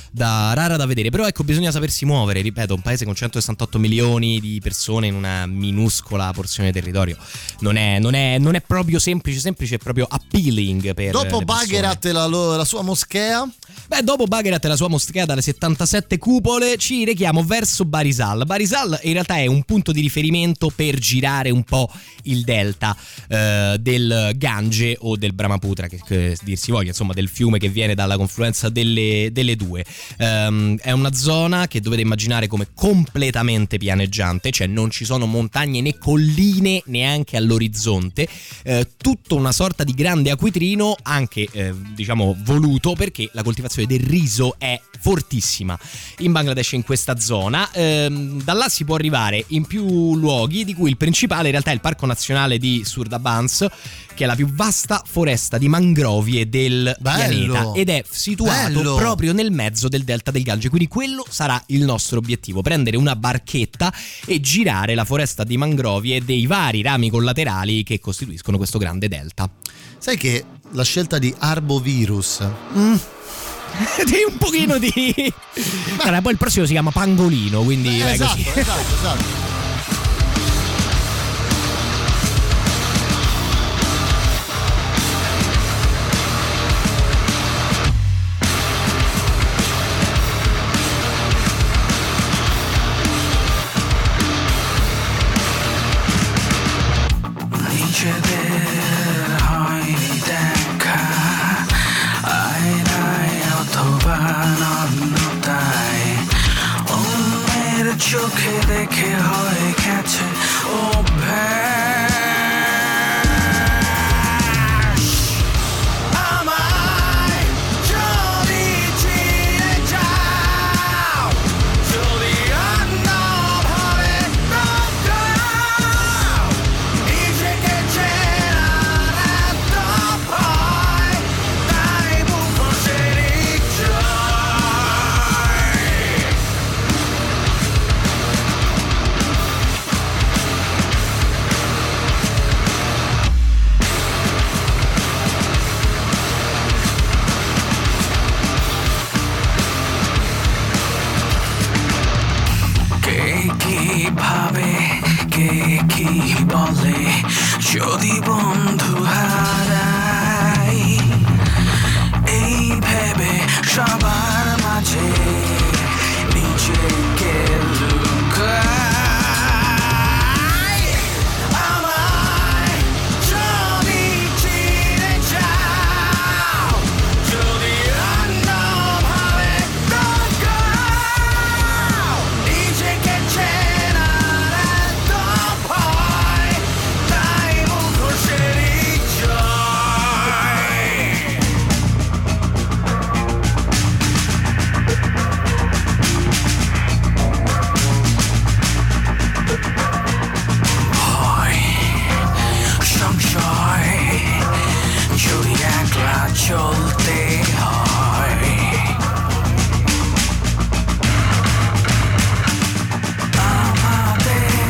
da vedere. Però ecco, bisogna sapersi muovere, ripeto, un paese con 168 milioni di persone in una minuscola porzione di territorio non è proprio semplice, è proprio appealing per dopo Bagherat e la sua moschea. Dopo Bagherat e la sua moschea dalle 77 cupole ci rechiamo verso Barisal. Barisal in realtà è un punto di riferimento per girare un po' il delta del Gange o del Brahmaputra, che dir si voglia, insomma, del fiume che viene dalla confluenza delle due. È una zona che dovete immaginare come completamente pianeggiante, cioè non ci sono montagne né colline neanche all'orizzonte, tutta una sorta di grande acquitrino, anche diciamo voluto, perché la coltivazione del riso è fortissima in Bangladesh, in questa zona. Da là si può arrivare in più luoghi, di cui il principale in realtà è il Parco Nazionale di Sundarbans, che è la più vasta foresta di mangrovie del pianeta ed è situato proprio nel mezzo del delta del Gange, quindi quello sarà il nostro obiettivo: prendere una barchetta e girare la foresta di mangrovie dei vari rami collaterali che costituiscono questo grande delta. Sai che la scelta di Arbovirus di un pochino di allora, poi il prossimo si chiama Pangolino, quindi esatto, così. esatto. চোখে দেখে হয়ে গেছে অভ্যাস আমায় যদি চিনে যাও, যদি অন্যভাবে তাকাও, নিজেকে চেনার এত ভয়, তাই বুক বসে নিশ্চয় ভাবে কে কি বলে যদি বন্ধু হারাই এই ভেবে সবার মাঝে নিজেকে লুকাই চলতে হয় আমাদের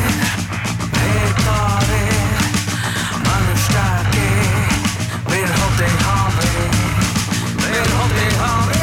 ভেতরে মানুষটাকে বের হতে হবে বের হতে হবে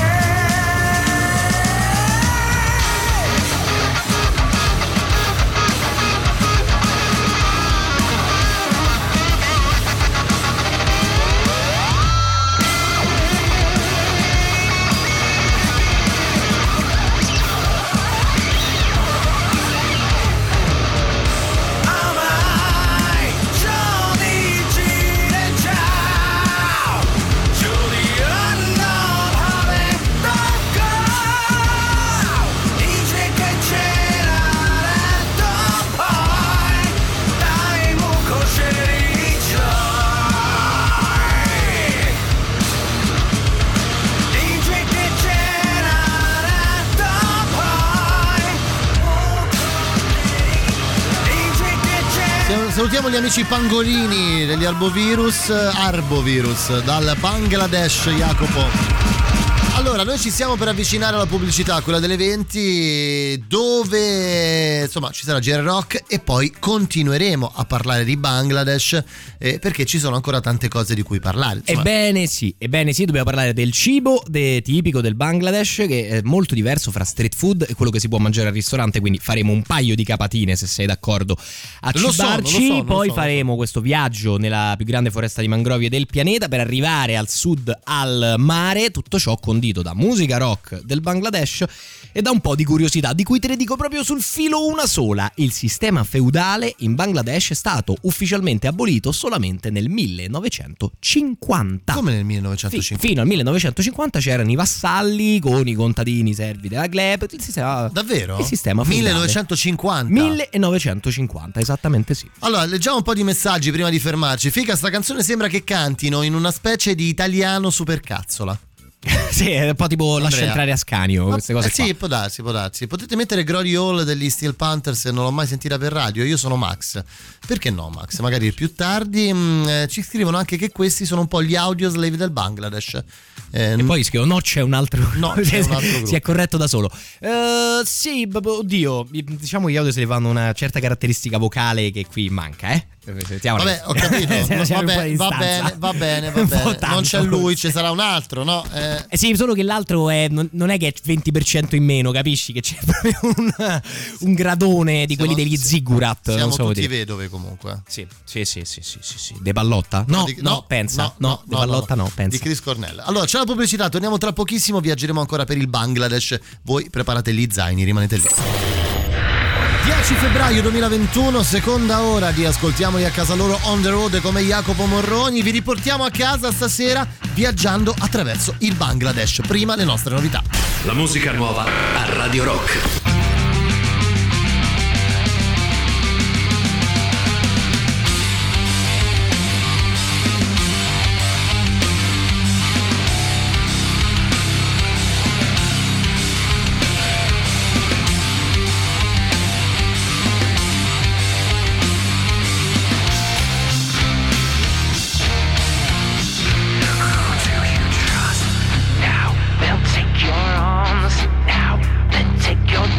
Salutiamo gli amici pangolini degli Arbovirus dal Bangladesh, Jacopo. Allora, noi ci stiamo per avvicinare alla pubblicità, quella delle 20, dove insomma ci sarà GR Rock e poi continueremo a parlare di Bangladesh perché ci sono ancora tante cose di cui parlare. Insomma. Ebbene sì, dobbiamo parlare del cibo tipico del Bangladesh, che è molto diverso fra street food e quello che si può mangiare al ristorante, quindi faremo un paio di capatine, se sei d'accordo, a cibarci. Poi faremo questo viaggio nella più grande foresta di mangrovie del pianeta per arrivare al sud, al mare, tutto ciò condito da musica rock del Bangladesh e da un po' di curiosità, di cui te ne dico proprio sul filo una sola. Il sistema feudale in Bangladesh è stato ufficialmente abolito solamente nel 1950. Come nel 1950? Fino al 1950 c'erano i vassalli con i contadini servi della gleba, il sistema. Davvero? Il sistema feudale. 1950? 1950, esattamente sì. Allora, leggiamo un po' di messaggi prima di fermarci. Fica, sta canzone sembra che cantino in una specie di italiano supercazzola. Sì, è un po' tipo Andrea. Lascia entrare Ascanio, queste cose qua. Sì, può darsi. Potete mettere Glory Hall degli Steel Panthers, non l'ho mai sentita per radio. Io sono Max. Perché no, Max? Magari più tardi. Ci scrivono anche che questi sono un po' gli audioslave del Bangladesh. E poi scrivono no, c'è un altro. No, c'è un altro gruppo. Si è corretto da solo. Sì, oddio, diciamo gli audiosleave hanno una certa caratteristica vocale che qui manca, Vabbè, ho capito. Va bene. Non c'è lui, ci sarà un altro, no? Sì, solo che l'altro non è che è 20% in meno, capisci? Che c'è proprio un gradone di quelli degli Ziggurat. Siamo non so tutti dire. vedove comunque. Sì. De Pallotta? No, pensa. No, De Pallotta no, pensa. Di Chris Cornell. Allora, c'è la pubblicità, torniamo tra pochissimo, viaggeremo ancora per il Bangladesh. Voi preparate gli zaini, rimanete lì. 10 febbraio 2021, seconda ora di Ascoltiamoli a casa loro on the road come Jacopo Morroni. Vi riportiamo a casa stasera viaggiando attraverso il Bangladesh. Prima le nostre novità. La musica nuova a Radio Rock. Take your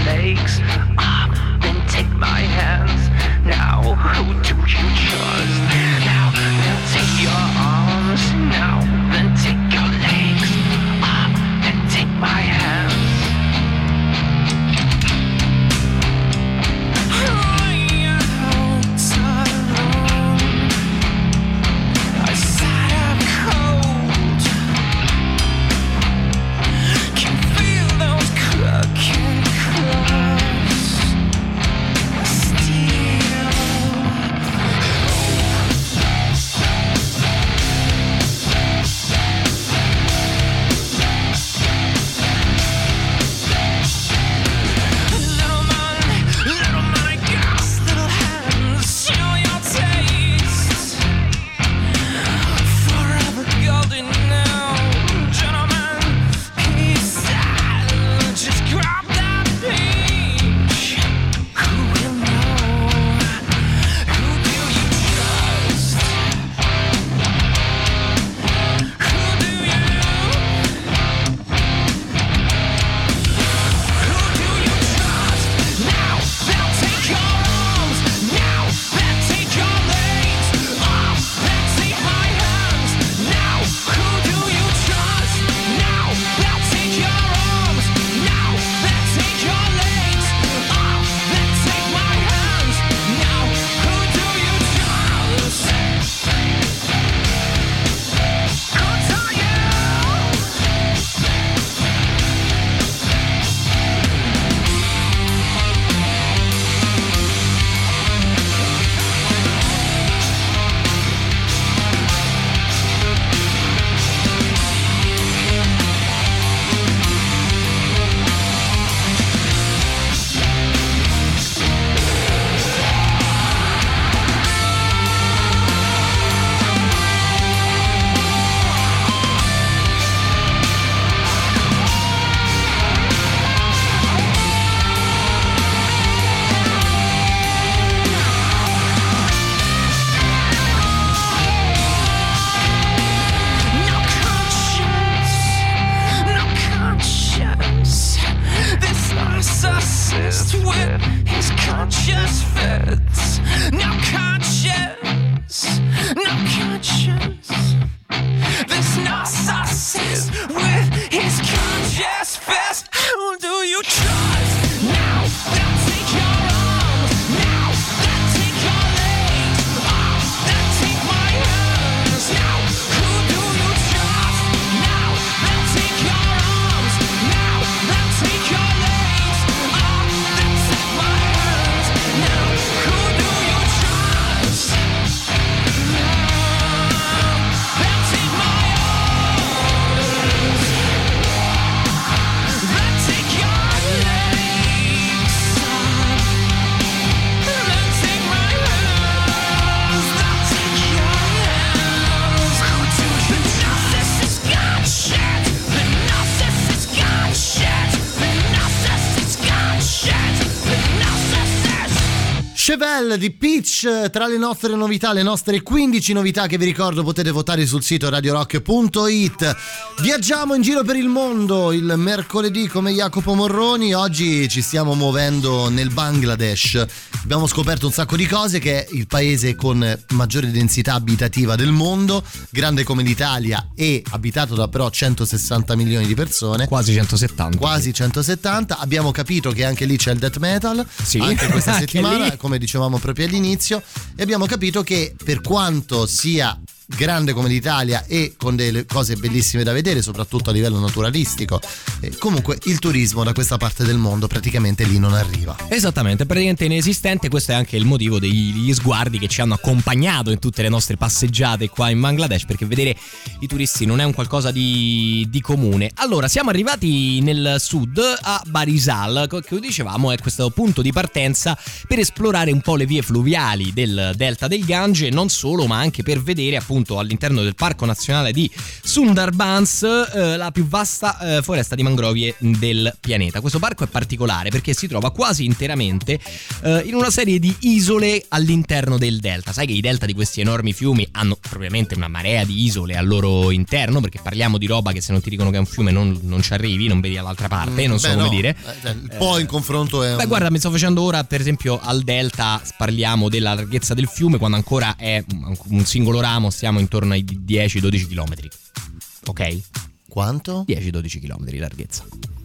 his conscience fits. No conscience, no conscience. This narcissist with his conscience fits. How do you trust? Now they'll take your arms. Now they'll take your legs. Oh, they'll take my hands. Now who do you trust? Now they'll take your arms. Now they'll take your legs. Oh, they'll take my hands. Now who do you trust? They'll take my arms. They'll take your legs. They'll take my hands. They'll take your hands. Who do you trust? The narcissist got shit. The narcissist got shit. The narcissist got shit. The narcissist. Chevelle di Peach, tra le nostre novità, le nostre 15 novità che vi ricordo potete votare sul sito radiorock.it. Viaggiamo in giro per il mondo il mercoledì come Jacopo Morroni. Oggi ci stiamo muovendo nel Bangladesh. Abbiamo scoperto un sacco di cose, che è il paese con maggiore densità abitativa del mondo, grande come l'Italia e abitato da però 160 milioni di persone. Quasi 170. Quasi 170. Abbiamo capito che anche lì c'è il death metal, anche questa anche settimana, lì. come dicevamo proprio all'inizio, e abbiamo capito che per quanto sia grande come l'Italia e con delle cose bellissime da vedere, soprattutto a livello naturalistico, comunque il turismo da questa parte del mondo praticamente lì non arriva. Esattamente, praticamente inesistente. Questo è anche il motivo degli sguardi che ci hanno accompagnato in tutte le nostre passeggiate qua in Bangladesh, perché vedere i turisti non è un qualcosa di comune. Allora, siamo arrivati nel sud a Barisal, che dicevamo è questo punto di partenza per esplorare un po' le vie fluviali del delta del Gange, non solo, ma anche per vedere appunto all'interno del parco nazionale di Sundarbans la più vasta foresta di mangrovie del pianeta. Questo parco è particolare perché si trova quasi interamente in una serie di isole all'interno del delta. Sai che i delta di questi enormi fiumi hanno propriamente una marea di isole al loro interno, perché parliamo di roba che se non ti dicono che è un fiume non ci arrivi, non vedi dall'altra parte, non so come dire. Il po' in confronto è guarda, mi sto facendo ora, per esempio al delta parliamo della larghezza del fiume quando ancora è un singolo ramo, stiamo intorno ai 10-12 km. Ok? Quanto? 10-12 km di larghezza.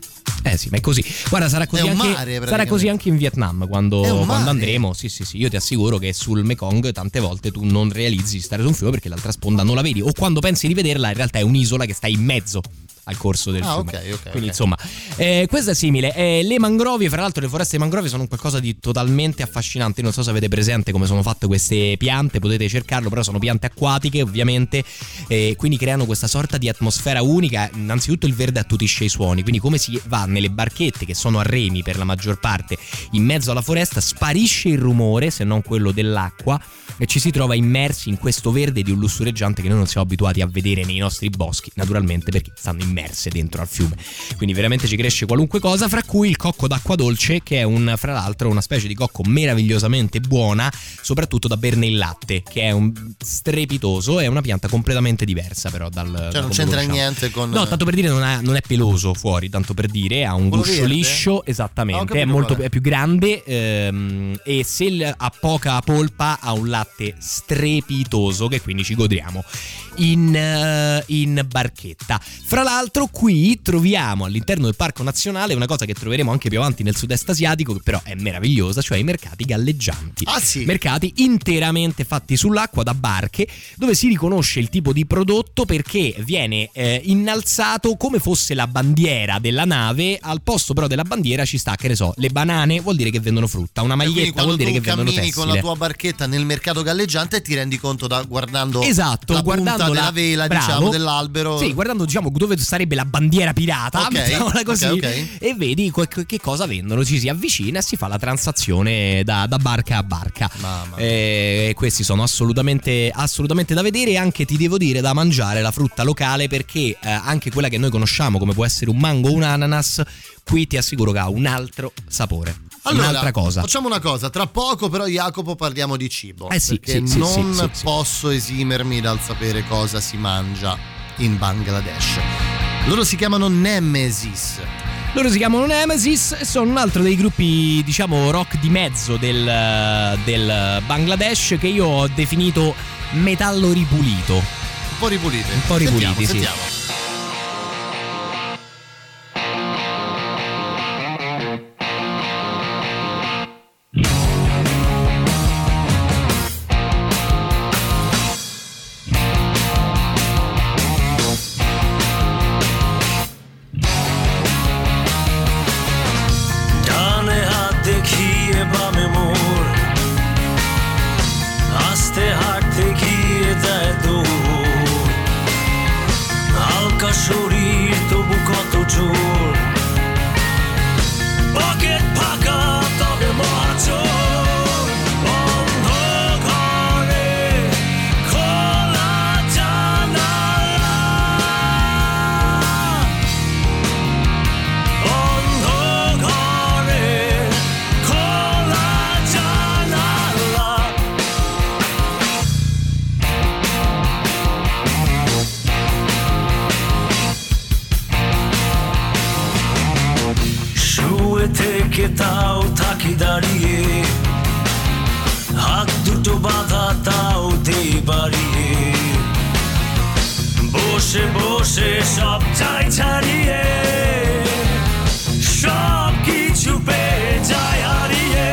Sì, ma è così. Guarda, sarà così, sarà così anche in Vietnam quando andremo. Sì, io ti assicuro che sul Mekong tante volte tu non realizzi di stare su un fiume perché l'altra sponda non la vedi, o quando pensi di vederla in realtà è un'isola che sta in mezzo al corso del fiume. Quindi insomma questo è simile. Le mangrovie, fra l'altro le foreste di mangrovie sono qualcosa di totalmente affascinante. Non so se avete presente come sono fatte queste piante, potete cercarlo, però sono piante acquatiche ovviamente, quindi creano questa sorta di atmosfera unica. Innanzitutto il verde attutisce i suoni, quindi come si va nelle barchette che sono a remi per la maggior parte in mezzo alla foresta, sparisce il rumore se non quello dell'acqua e ci si trova immersi in questo verde di un lussureggiante che noi non siamo abituati a vedere nei nostri boschi, naturalmente perché stanno immerse dentro al fiume. Quindi veramente ci cresce qualunque cosa, fra cui il cocco d'acqua dolce, che è fra l'altro una specie di cocco meravigliosamente buona, soprattutto da berne il latte, che è un strepitoso, è una pianta completamente diversa però dal non c'entra niente con... No, tanto per dire non è peloso fuori, tanto per dire, ha un guscio verde? Liscio, esattamente, è più grande e se ha poca polpa ha un latte strepitoso che quindi ci godriamo in barchetta. Fra l'altro qui troviamo all'interno del parco nazionale una cosa che troveremo anche più avanti nel sud-est asiatico, che però è meravigliosa, cioè i mercati galleggianti. Mercati interamente fatti sull'acqua da barche, dove si riconosce il tipo di prodotto perché viene innalzato come fosse la bandiera della nave. Al posto però della bandiera ci sta, che ne so, le banane, vuol dire che vendono frutta, una maglietta vuol dire che vendono tessile. Con la tua barchetta nel mercato galleggiante ti rendi conto guardando la punta della vela, diciamo, dell'albero. Sì, guardando diciamo dove sarebbe la bandiera pirata, mettiamola così, e vedi che cosa vendono, ci si avvicina e si fa la transazione da barca a barca. Questi sono assolutamente da vedere, e anche ti devo dire da mangiare la frutta locale, perché anche quella che noi conosciamo come può essere un mango o un ananas, qui ti assicuro che ha un altro sapore. Allora, un'altra cosa. Facciamo una cosa, tra poco però Jacopo parliamo di cibo, sì, perché non posso esimermi dal sapere cosa si mangia in Bangladesh. Loro si chiamano Nemesis Loro si chiamano Nemesis e sono un altro dei gruppi, diciamo, rock di mezzo del Bangladesh, che io ho definito metallo ripulito. Un po' ripuliti, sentiamo. থেকে তাও থাকি দাঁড়িয়ে, হাত দুটো বাঁধা তাও দেই বাড়িয়ে, বসে বসে সব চাই ছাড়িয়ে, সব কিছু পেয়ে যায় হারিয়ে।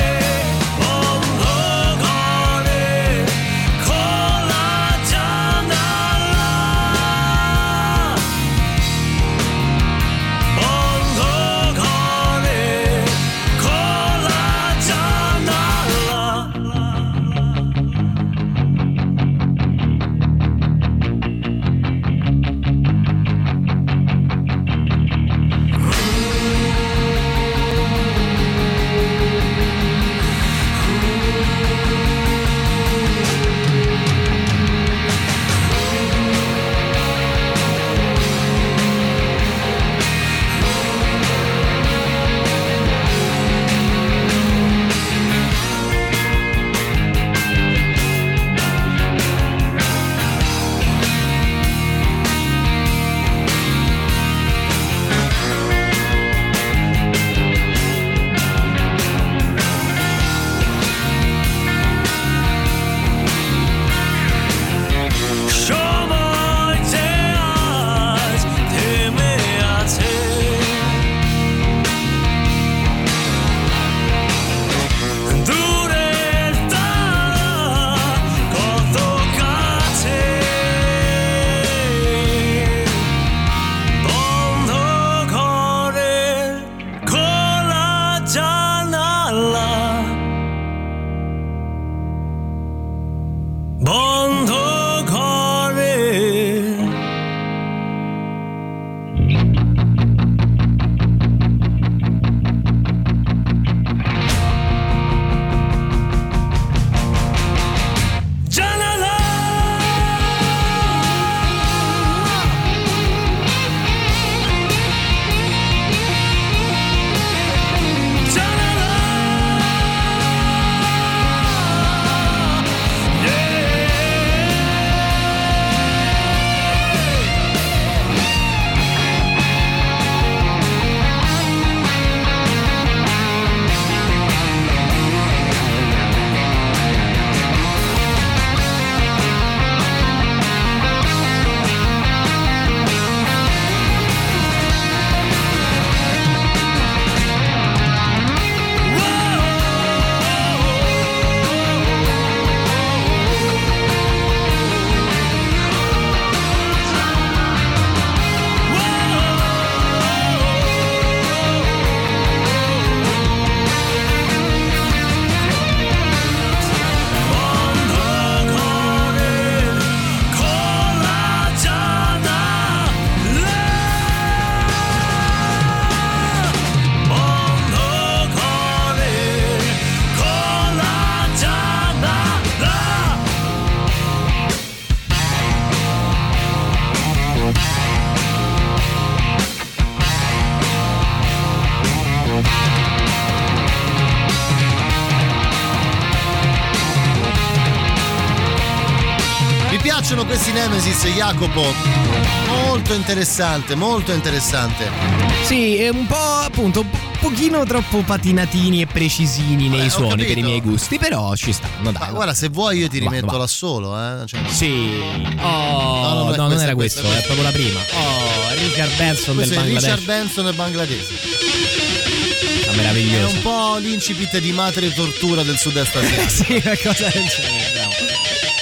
piacciono questi Nemesis, Jacopo? Molto interessante, molto interessante. Sì, è un po' appunto un pochino troppo patinatini e precisini nei suoni per i miei gusti, però ci stanno, dai. Ma guarda, se vuoi io ti rimetto l'assolo, Cioè... Sì. Oh, no, non era questo, è proprio la prima. Oh, Richard Benson del Bangladesh. Richard Benson del Bangladesh. Meraviglioso. È un po' l'incipit di Madre Tortura del sud-est asiatico. Sì, qualcosa del genere, bravo.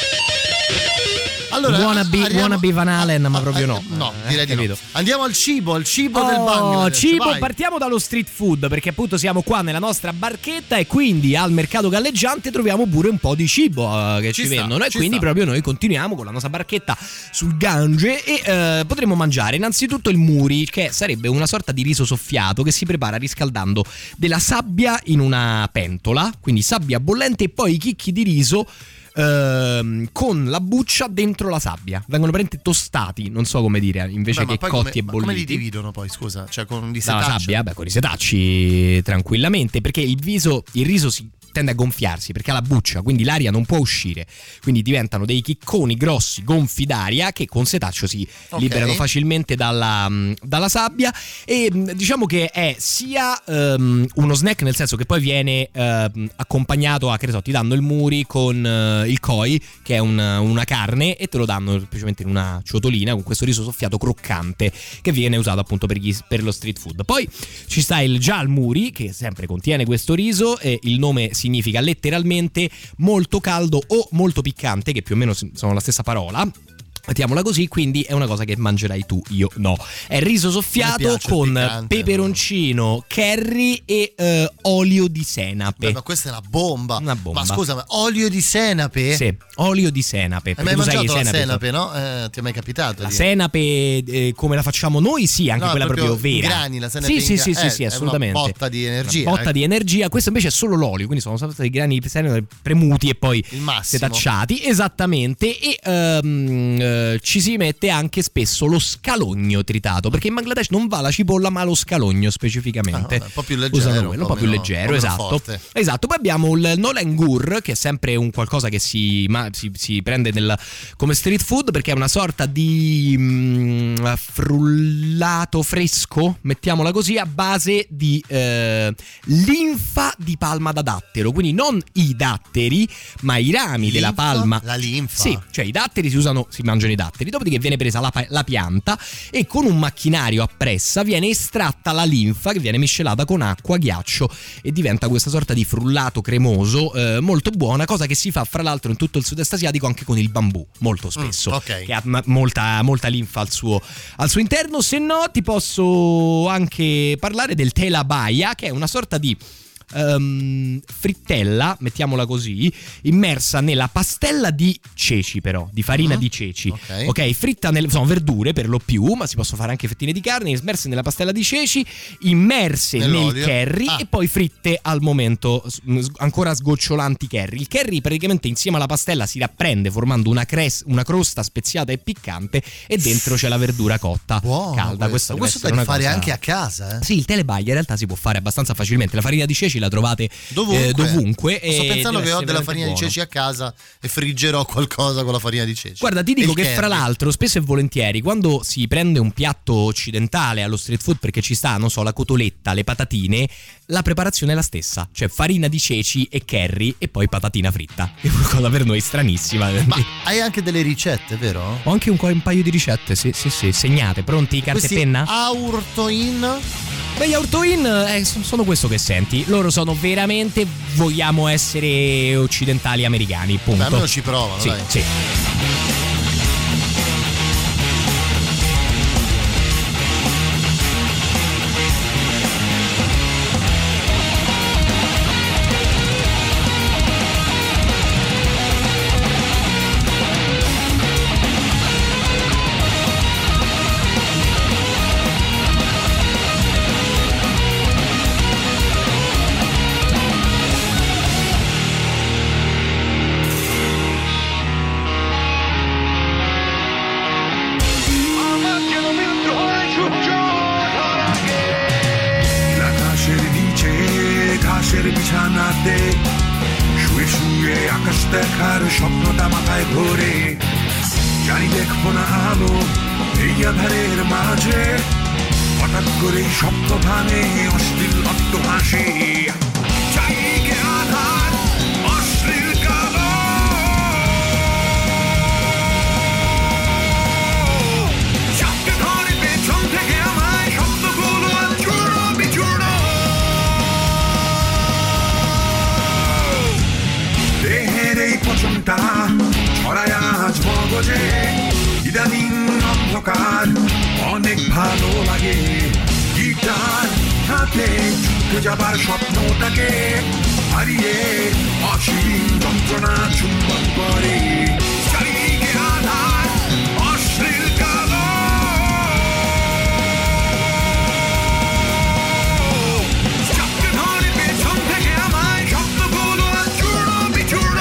Allora, wannabe Van Halen, ma proprio no. No, direi di no. Andiamo al cibo del Bangladesh. Cibo, partiamo dallo street food, perché appunto siamo qua nella nostra barchetta e quindi al mercato galleggiante troviamo pure un po' di cibo che ci vendono, e quindi proprio noi continuiamo con la nostra barchetta sul Gange e potremo mangiare innanzitutto il muri, che sarebbe una sorta di riso soffiato che si prepara riscaldando della sabbia in una pentola, quindi sabbia bollente e poi i chicchi di riso con la buccia dentro la sabbia. Vengono praticamente tostati, non so come dire, invece che cotti e bolliti. Come li dividono poi, scusa? Cioè con i setacci? La sabbia, con i setacci tranquillamente, perché il riso si tende a gonfiarsi perché ha la buccia, quindi l'aria non può uscire, quindi diventano dei chicconi grossi gonfi d'aria che con setaccio si liberano facilmente dalla sabbia, e diciamo che è sia uno snack, nel senso che poi viene accompagnato a, che ne so, ti danno il muri con il koi, che è una carne, e te lo danno semplicemente in una ciotolina con questo riso soffiato croccante che viene usato appunto per lo street food. Poi ci sta il jal muri, che sempre contiene questo riso, e il nome significa letteralmente molto caldo o molto piccante, che più o meno sono la stessa parola. Mettiamola così, quindi è una cosa che mangerai tu, io no. È riso soffiato con piccante, peperoncino, curry e olio di senape. Beh, ma questa è una bomba. Ma scusa, ma olio di senape? Sì, olio di senape. Hai mai mangiato la senape, no? Ti è mai capitato? La senape come la facciamo noi, sì, anche quella proprio vera. In grani, la senape sì, assolutamente. Una botta di energia. Una botta di energia. Questo invece è solo l'olio, quindi sono stati i grani di senape premuti e poi setacciati. Esattamente. E ci si mette anche spesso lo scalogno tritato, perché in Bangladesh non va la cipolla ma lo scalogno specificamente. Un po' più leggero, un po' più leggero, esatto. Poi abbiamo il nolen gur, che è sempre un qualcosa che si prende come street food, perché è una sorta di frullato fresco, mettiamola così, a base di linfa di palma da dattero, quindi non i datteri ma i rami della palma. La linfa? Sì, cioè i datteri si mangiano i datteri, dopodiché viene presa la pianta e con un macchinario a pressa viene estratta la linfa, che viene miscelata con acqua, ghiaccio, e diventa questa sorta di frullato cremoso molto buona, cosa che si fa fra l'altro in tutto il sud-est asiatico anche con il bambù molto spesso, che ha molta linfa al suo interno. Se no ti posso anche parlare del telabaya, che è una sorta di frittella, mettiamola così, immersa nella pastella di ceci, però di farina di ceci, ok, fritta sono verdure per lo più, ma si possono fare anche fettine di carne, immerse nella pastella di ceci, immerse nel curry e poi fritte al momento, ancora sgocciolanti curry. Il curry praticamente insieme alla pastella si rapprende formando una crosta speziata e piccante, e dentro c'è la verdura cotta, calda. Questo da fare anche a casa, Sì, il telebaglia in realtà si può fare abbastanza facilmente. La farina di ceci la trovate dovunque. Sto pensando che ho della farina di ceci a casa e friggerò qualcosa con la farina di ceci. Guarda, ti dico che fra l'altro spesso e volentieri quando si prende un piatto occidentale allo street food, perché ci sta, non so, la cotoletta, le patatine, la preparazione è la stessa, cioè farina di ceci e curry e poi patatina fritta. È una cosa per noi stranissima. Ma hai anche delle ricette, vero? Ho anche un paio di ricette, sì, segnate, pronti, carta e penna? Aurtoin? Beh, gli Aurtoin sono questo che senti. Loro sono veramente, vogliamo essere occidentali americani, punto. Beh, almeno ci provano, dai. Sì. জানি দেখবো না আলো এই আধারের মাঝে, হঠাৎ করে শব্দ ভাঙে অশ্লীল অট্ট হাসি। চারিদিকে আধার অশ্লীল কালো, চাপকে ধরে পেছন থেকে আমায় শব্দগুলো চূর্ণ বিচূর্ণ। দেহের এই পচনটা ছড়ায় আজ মগজে, ইদানিং অন্ধকার অনেক ভালো লাগে। গিটার হাতে ছুটে যাবার স্বপ্নটাকে হারিয়ে অসীম যন্ত্রণা চুম্বন করে। চারিদিকে আধার অশ্লীল কালো, চাপকে ধরে পেছন থেকে আমায় শব্দগুলো চূর্ণ বিচূর্ণ।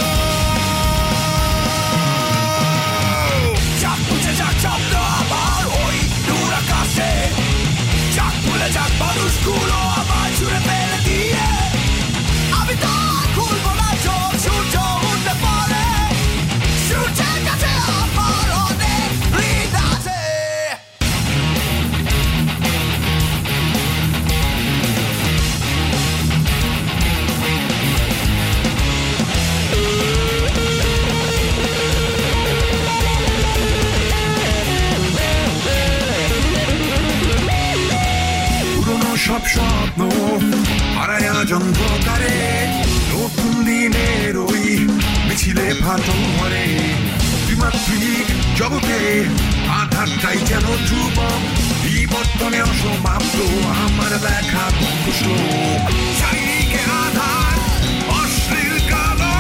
চাপ বুঝে যাক শব্দ আবার ওই দূর আকাশে, চাপ ভুলে যাক মানুষগুলো আবার ছুড়ে ফেলে দিয়ে। আমি তো খুলবো না চোখ, সূর্য উঠলে পরে সূর্যের কাছে আমার অনেক ঋণ আছে। পুরনো সব স্বপ্ন হারায় আজ অন্ধকারে, নতুন দিনের ওই মিছিলে ফাটল ধরে। ত্রিমাত্রিক জগতে আধারটাই যেন ধ্রুবক, বিবর্তনে অসমাপ্ত আমার লেখা শ্লোক। চারিদিকে আধার অশ্লীল কালো,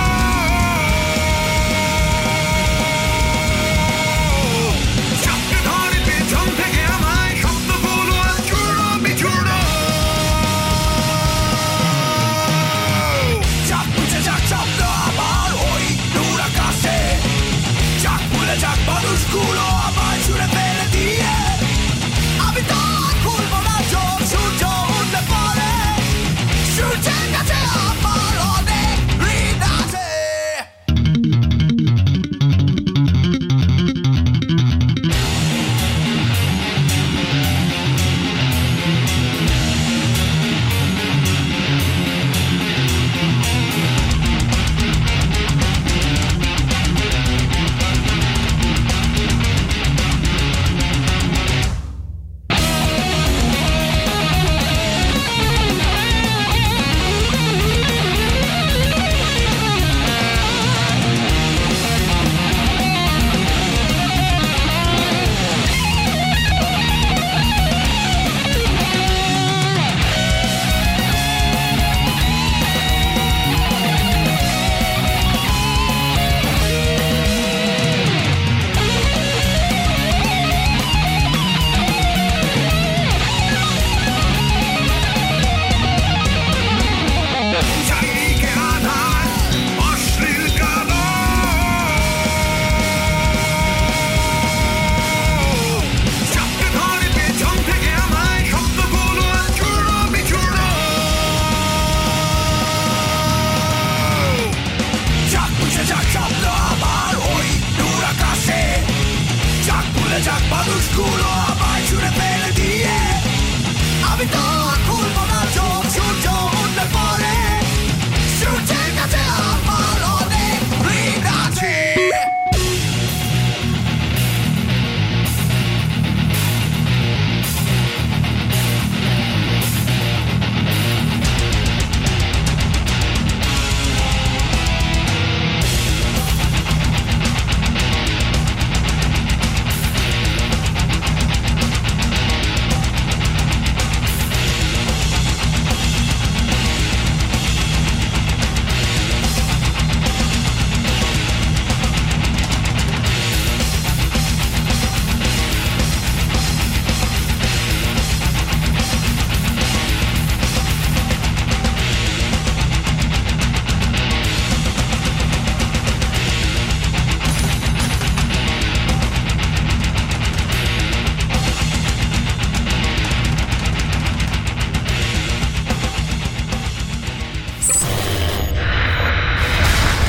চাপকে ধরে পেছন থেকে আমায় শব্দগুলো চূর্ণ বিচূর্ণ। চাপ বুঝে যাক শব্দ আবার ওই দূর আকাশে, চাপ ভুলে যাক মানুষগুলো আমায় ছুড়ে ফেলে দিয়ে। আমি তো খুলবো না চোখ, সূর্য উঠলে পরে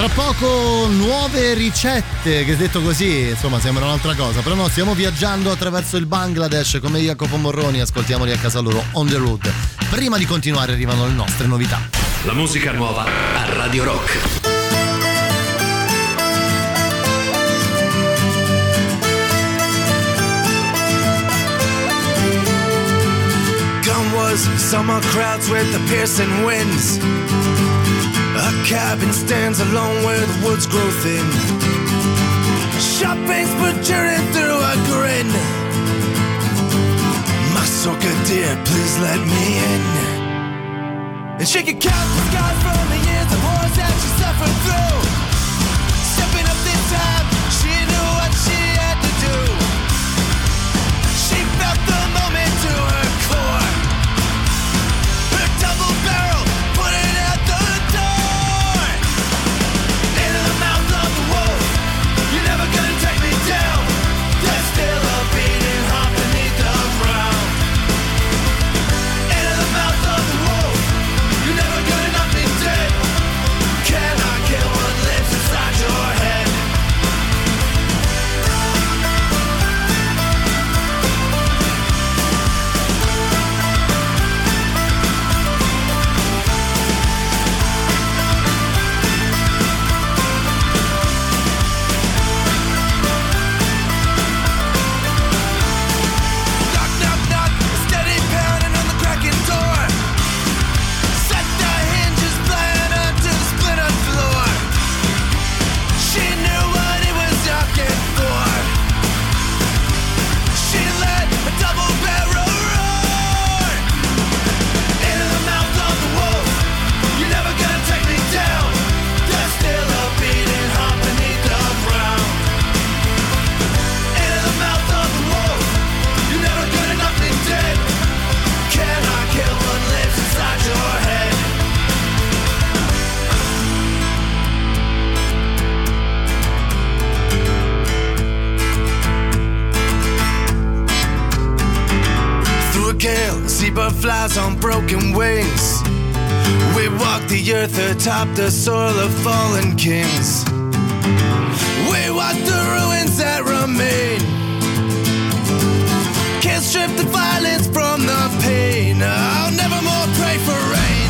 Tra poco nuove ricette, che detto così insomma sembra un'altra cosa, però no, stiamo viaggiando attraverso il Bangladesh come Jacopo Morroni, ascoltiamoli a casa loro, On the Road. Prima di continuare arrivano le nostre novità. La musica nuova a Radio Rock. Gone was summer crowds with the piercing winds. A cabin stands alone where the woods grow thin. Shopping's protruding through a grin. My soca dear, please let me in. And she could count the scars from the years of horrors that she suffered through. Stepping up this time, she knew what she had to do. She felt the moment to her core. Her double barrel put it out the door. Into the mouth of the wolf, you're never gonna take me down. There's still a beating heart beneath the ground. Into the mouth of the wolf, you're never gonna knock me dead. Can I kill what lives inside your head? Knock, knock, knock, steady pounding on the cracking door. Set the hinges flying onto the splintered floor. She knew what he was knocking for. She let a double barrel roar. Into the mouth of the wolf, you're never gonna take me down. There's still a beating heart beneath the ground. Into the mouth of the wolf, you're never gonna knock me dead. Can I kill what lives inside your head? Through a gale, a seabird flies on broken wings. We walk the earth atop the soil of fallen kings. We walk the ruins that remain. Can't strip the violence from the pain. I'll never more pray for rain.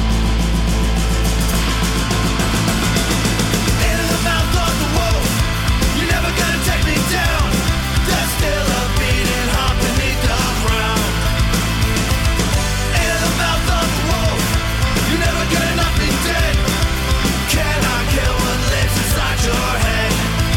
Into the mouth of the wolf, you're never gonna take me down. There's still a beating heart beneath the ground. Into the mouth of the wolf, you're never gonna knock me dead. Can I kill what lives inside your head?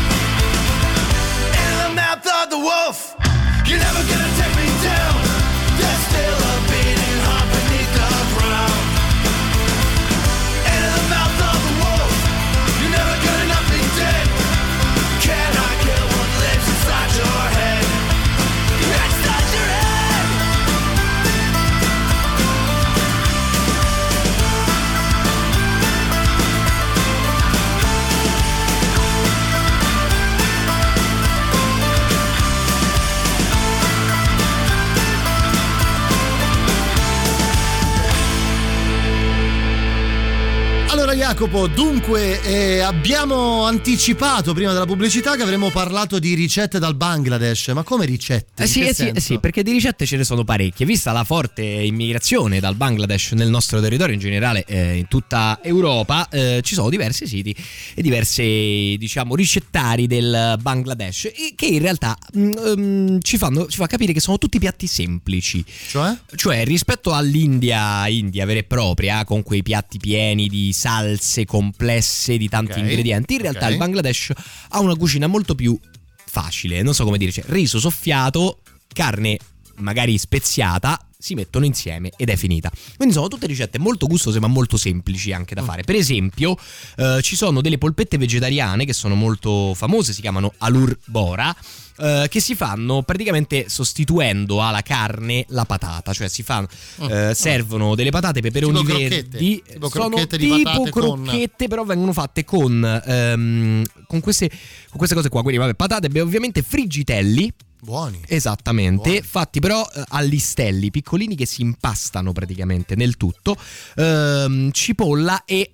Into the mouth of the wolf, you're never gonna take me down. There's still a beating heart beneath the ground. Into the mouth of the wolf, you're never gonna knock me dead. Can I kill what lives inside your head? Inside your head. Allora Jacopo, dunque abbiamo anticipato prima della pubblicità che avremmo parlato di ricette dal Bangladesh, ma come ricette? Sì, perché di ricette ce ne sono parecchie, vista la forte immigrazione dal Bangladesh nel nostro territorio, in generale in tutta Europa, ci sono diversi siti e diversi, diciamo, ricettari del Bangladesh che in realtà ci fa capire che sono tutti piatti semplici. Cioè rispetto all'India vera e propria, con quei piatti pieni di salse complesse di tanti ingredienti, in realtà il Bangladesh ha una cucina molto più facile, non so come dire, cioè riso soffiato, carne magari speziata, si mettono insieme ed è finita. Quindi sono tutte ricette molto gustose ma molto semplici anche da fare. Per esempio ci sono delle polpette vegetariane che sono molto famose, si chiamano alur bora, che si fanno praticamente sostituendo alla carne la patata, cioè si fanno servono delle patate, peperoni verdi, sono tipo crocchette, però vengono fatte con queste cose qua, quindi vabbè, patate, ovviamente friggitelli, Buoni. Esattamente, Buoni. fatti però a listelli piccolini che si impastano praticamente nel tutto, cipolla e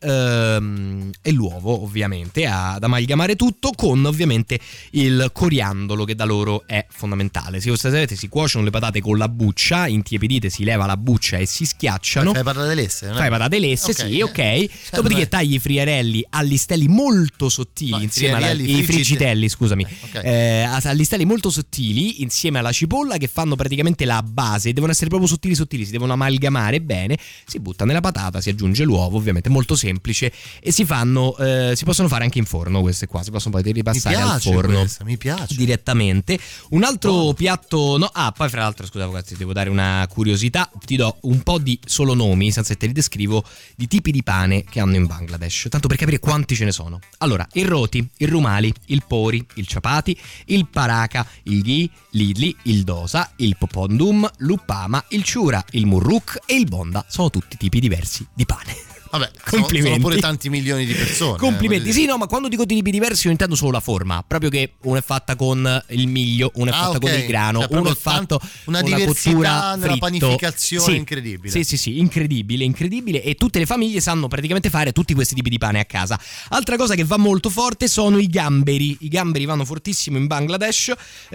l'uovo ovviamente, ad amalgamare tutto con ovviamente il coriandolo che da loro è fondamentale. Se sapete, si cuociono le patate con la buccia, intiepidite, si leva la buccia e si schiacciano. Fai patate lesse? Fai patate lesse, okay. sì, ok. Dopodiché tagli i friarelli a listelli molto sottili, insieme ai frigitelli, scusami, okay. A listelli molto sottili insieme alla cipolla, che fanno praticamente la base. Devono essere proprio sottili, si devono amalgamare bene. Si butta nella patata, si aggiunge l'uovo, ovviamente molto semplice, e si possono fare anche in forno queste qua, si possono poi ripassare al forno mi piace direttamente. Un altro piatto, poi fra l'altro, scusa ragazzi, devo dare una curiosità, ti do un po' di solo nomi senza che te li descrivo, di tipi di pane che hanno in Bangladesh, tanto per capire quanti ce ne sono. Allora, il roti, il rumali, il pori, il chapati, il paraka, il ghee, l'idli, il dosa, il popondum, l'uppama, il chura, il murruk e il bonda. Sono tutti tipi diversi di pane. Vabbè, complimenti. Sono pure tanti milioni di persone. Complimenti. Sì, no, ma quando dico tipi diversi io intendo solo la forma, proprio che uno è fatta con il miglio, uno è fatta con il grano, cioè, uno è fatto una diversità nella panificazione incredibile. Sì, incredibile, e tutte le famiglie sanno praticamente fare tutti questi tipi di pane a casa. Altra cosa che va molto forte sono i gamberi. I gamberi vanno fortissimo in Bangladesh.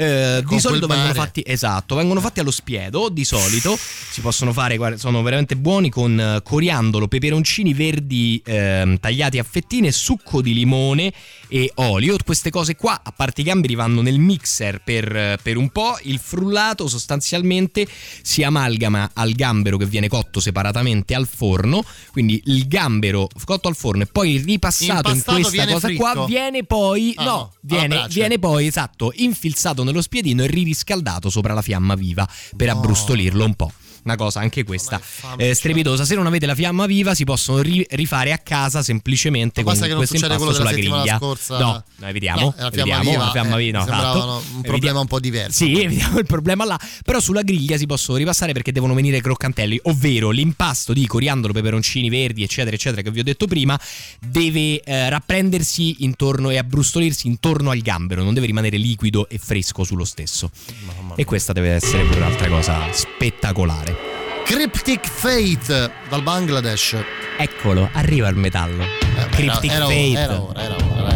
Di solito vengono fatti allo spiedo, di solito si possono fare, sono veramente buoni con coriandolo, peperoncini verdi tagliati a fettine, succo di limone e olio. Queste cose qua, a parte i gamberi, vanno nel mixer per un po'. Il frullato sostanzialmente si amalgama al gambero che viene cotto separatamente al forno, quindi il gambero cotto al forno e poi ripassato in questa cosa fritto. Qua viene poi viene poi esatto infilzato nello spiedino e ririscaldato sopra la fiamma viva per abbrustolirlo un po'. Una cosa anche questa strepitosa. Se non avete la fiamma viva si possono rifare a casa semplicemente con questo impasto sulla griglia. No, evitiamo la fiamma viva, sembrava un problema un po' diverso. Sì, evitiamo il problema là. Però sulla griglia si possono ripassare perché devono venire croccantelli, ovvero l'impasto di coriandolo, peperoncini verdi eccetera eccetera che vi ho detto prima deve rapprendersi intorno e abbrustolirsi intorno al gambero, non deve rimanere liquido e fresco sullo stesso. E questa deve essere pure un'altra cosa spettacolare. Cryptic Fate dal Bangladesh. Eccolo, arriva il metallo. Cryptic Fate. Era ora, dai.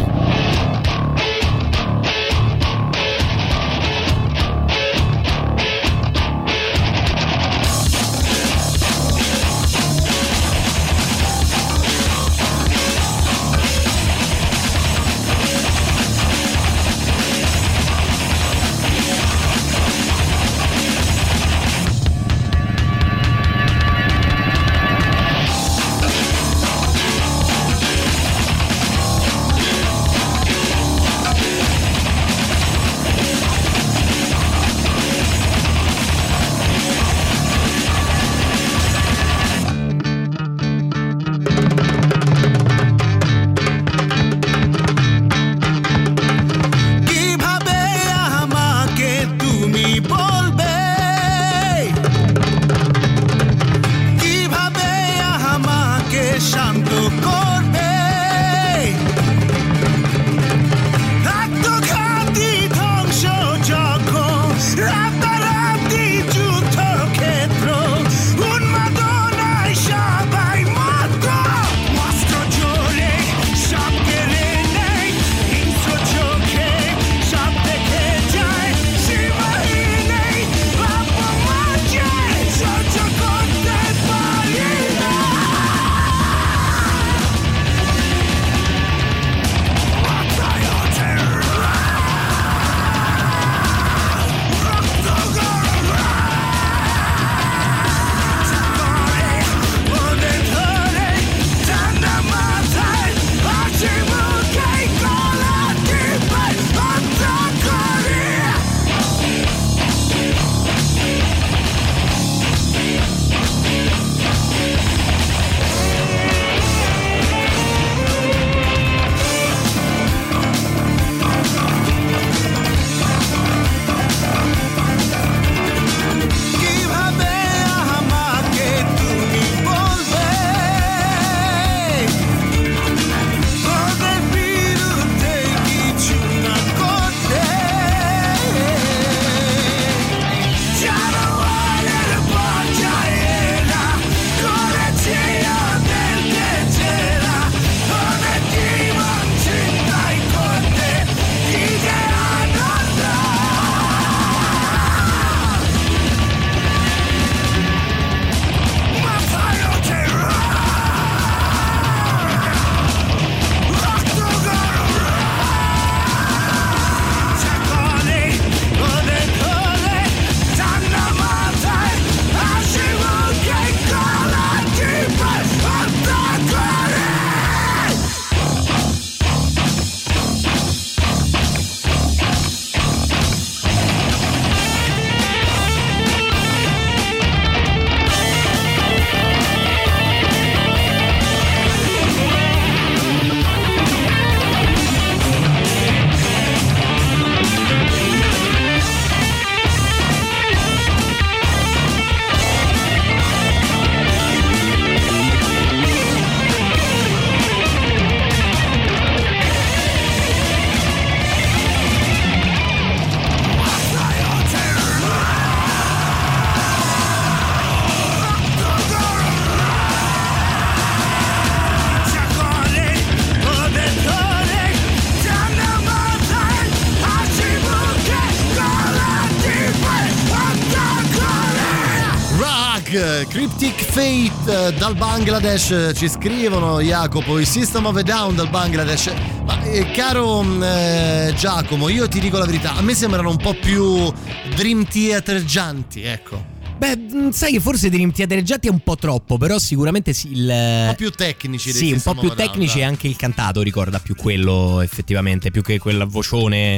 Cryptic Fate dal Bangladesh, ci scrivono Jacopo, i System of a Down dal Bangladesh. Ma caro Giacomo, io ti dico la verità, a me sembrano un po' più Dream Theatergianti, ecco. Beh, sai che forse Dream Theatergianti è un po' troppo, però sicuramente sì, un po' più tecnici. Sì, un po' più tecnici, e anche il cantato ricorda più quello, effettivamente, più che quel vocione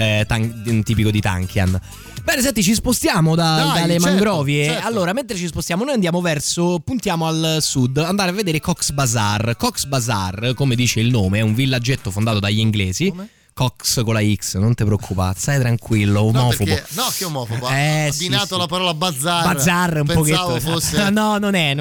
tipico di Tankian. Bene, senti, ci spostiamo dalle mangrovie. Certo. Allora, mentre ci spostiamo, noi andiamo puntiamo al sud, andare a vedere Cox Bazar. Cox Bazar, come dice il nome, è un villaggetto fondato dagli inglesi. Come? Cox con la X, non ti preoccupare, stai tranquillo, omofobo. No, che omofobo? Abbinato la parola bazar. Bazar un pensavo pochetto. Fosse... No, non è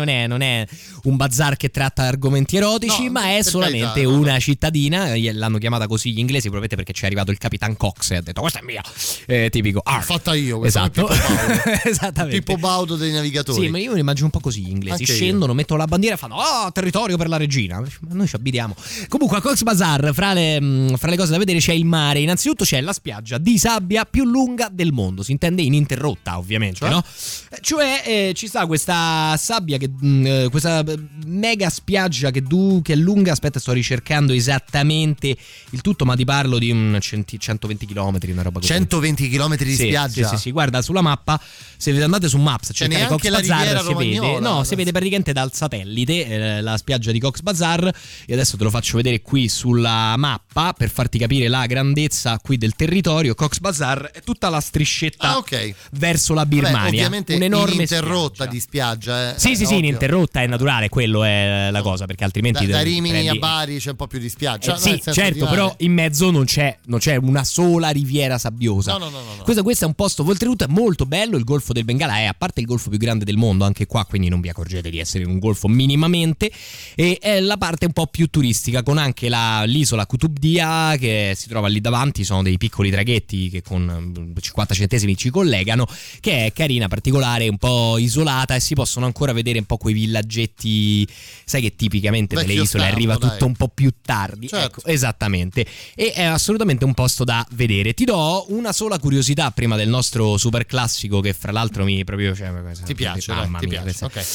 un bazar che tratta argomenti erotici, ma è solamente una cittadina, l'hanno chiamata così gli inglesi, probabilmente perché ci è arrivato il Capitan Cox e ha detto questa è mia. Tipico. L'ho fatta io, esatto. Esattamente. Pippo Baudo dei navigatori. Sì, ma io mi immagino un po' così gli inglesi. Anche scendono, mettono la bandiera e fanno territorio per la regina. Ma noi ci abitiamo. Comunque a Cox Bazar, fra le cose da vedere c'è il mare. Innanzitutto c'è la spiaggia di sabbia più lunga del mondo, si intende ininterrotta ovviamente, no? Cioè ci sta questa sabbia questa mega spiaggia che è lunga, aspetta, sto ricercando esattamente il tutto, ma ti parlo di 120 km, una roba così. 120 km di spiaggia? Sì, guarda sulla mappa, se andate su Maps, cercate Cox Bazar, si vede. No, si vede praticamente dal satellite la spiaggia di Cox Bazar, e adesso te lo faccio vedere qui sulla mappa per farti capire la grandezza qui del territorio. Cox Bazar è tutta la striscetta verso la Birmania. Ovviamente un'enorme ininterrotta di spiaggia. Sì, ininterrotta, è naturale, quello è la cosa, perché altrimenti da Rimini a Bari c'è un po' più di spiaggia. Sì, certo, però in mezzo non c'è una sola riviera sabbiosa. No. Questo è un posto, oltretutto è molto bello. Il Golfo del Bengala è, a parte il golfo più grande del mondo, anche qua, quindi non vi accorgete di essere in un golfo minimamente, e è la parte un po' più turistica, con anche l'isola Kutubdia che si trova lì davanti. Sono dei piccoli traghetti che con 50 centesimi ci collegano, che è carina, particolare, un po' isolata, e si possono ancora vedere un po' quei villaggetti, sai che tipicamente delle isole arriva tutto un po' più tardi. Certo. Ecco, esattamente, e è assolutamente un posto da vedere. Ti do una sola curiosità prima del nostro super classico, che fra l'altro mi proprio ti piace, ti piace. Okay.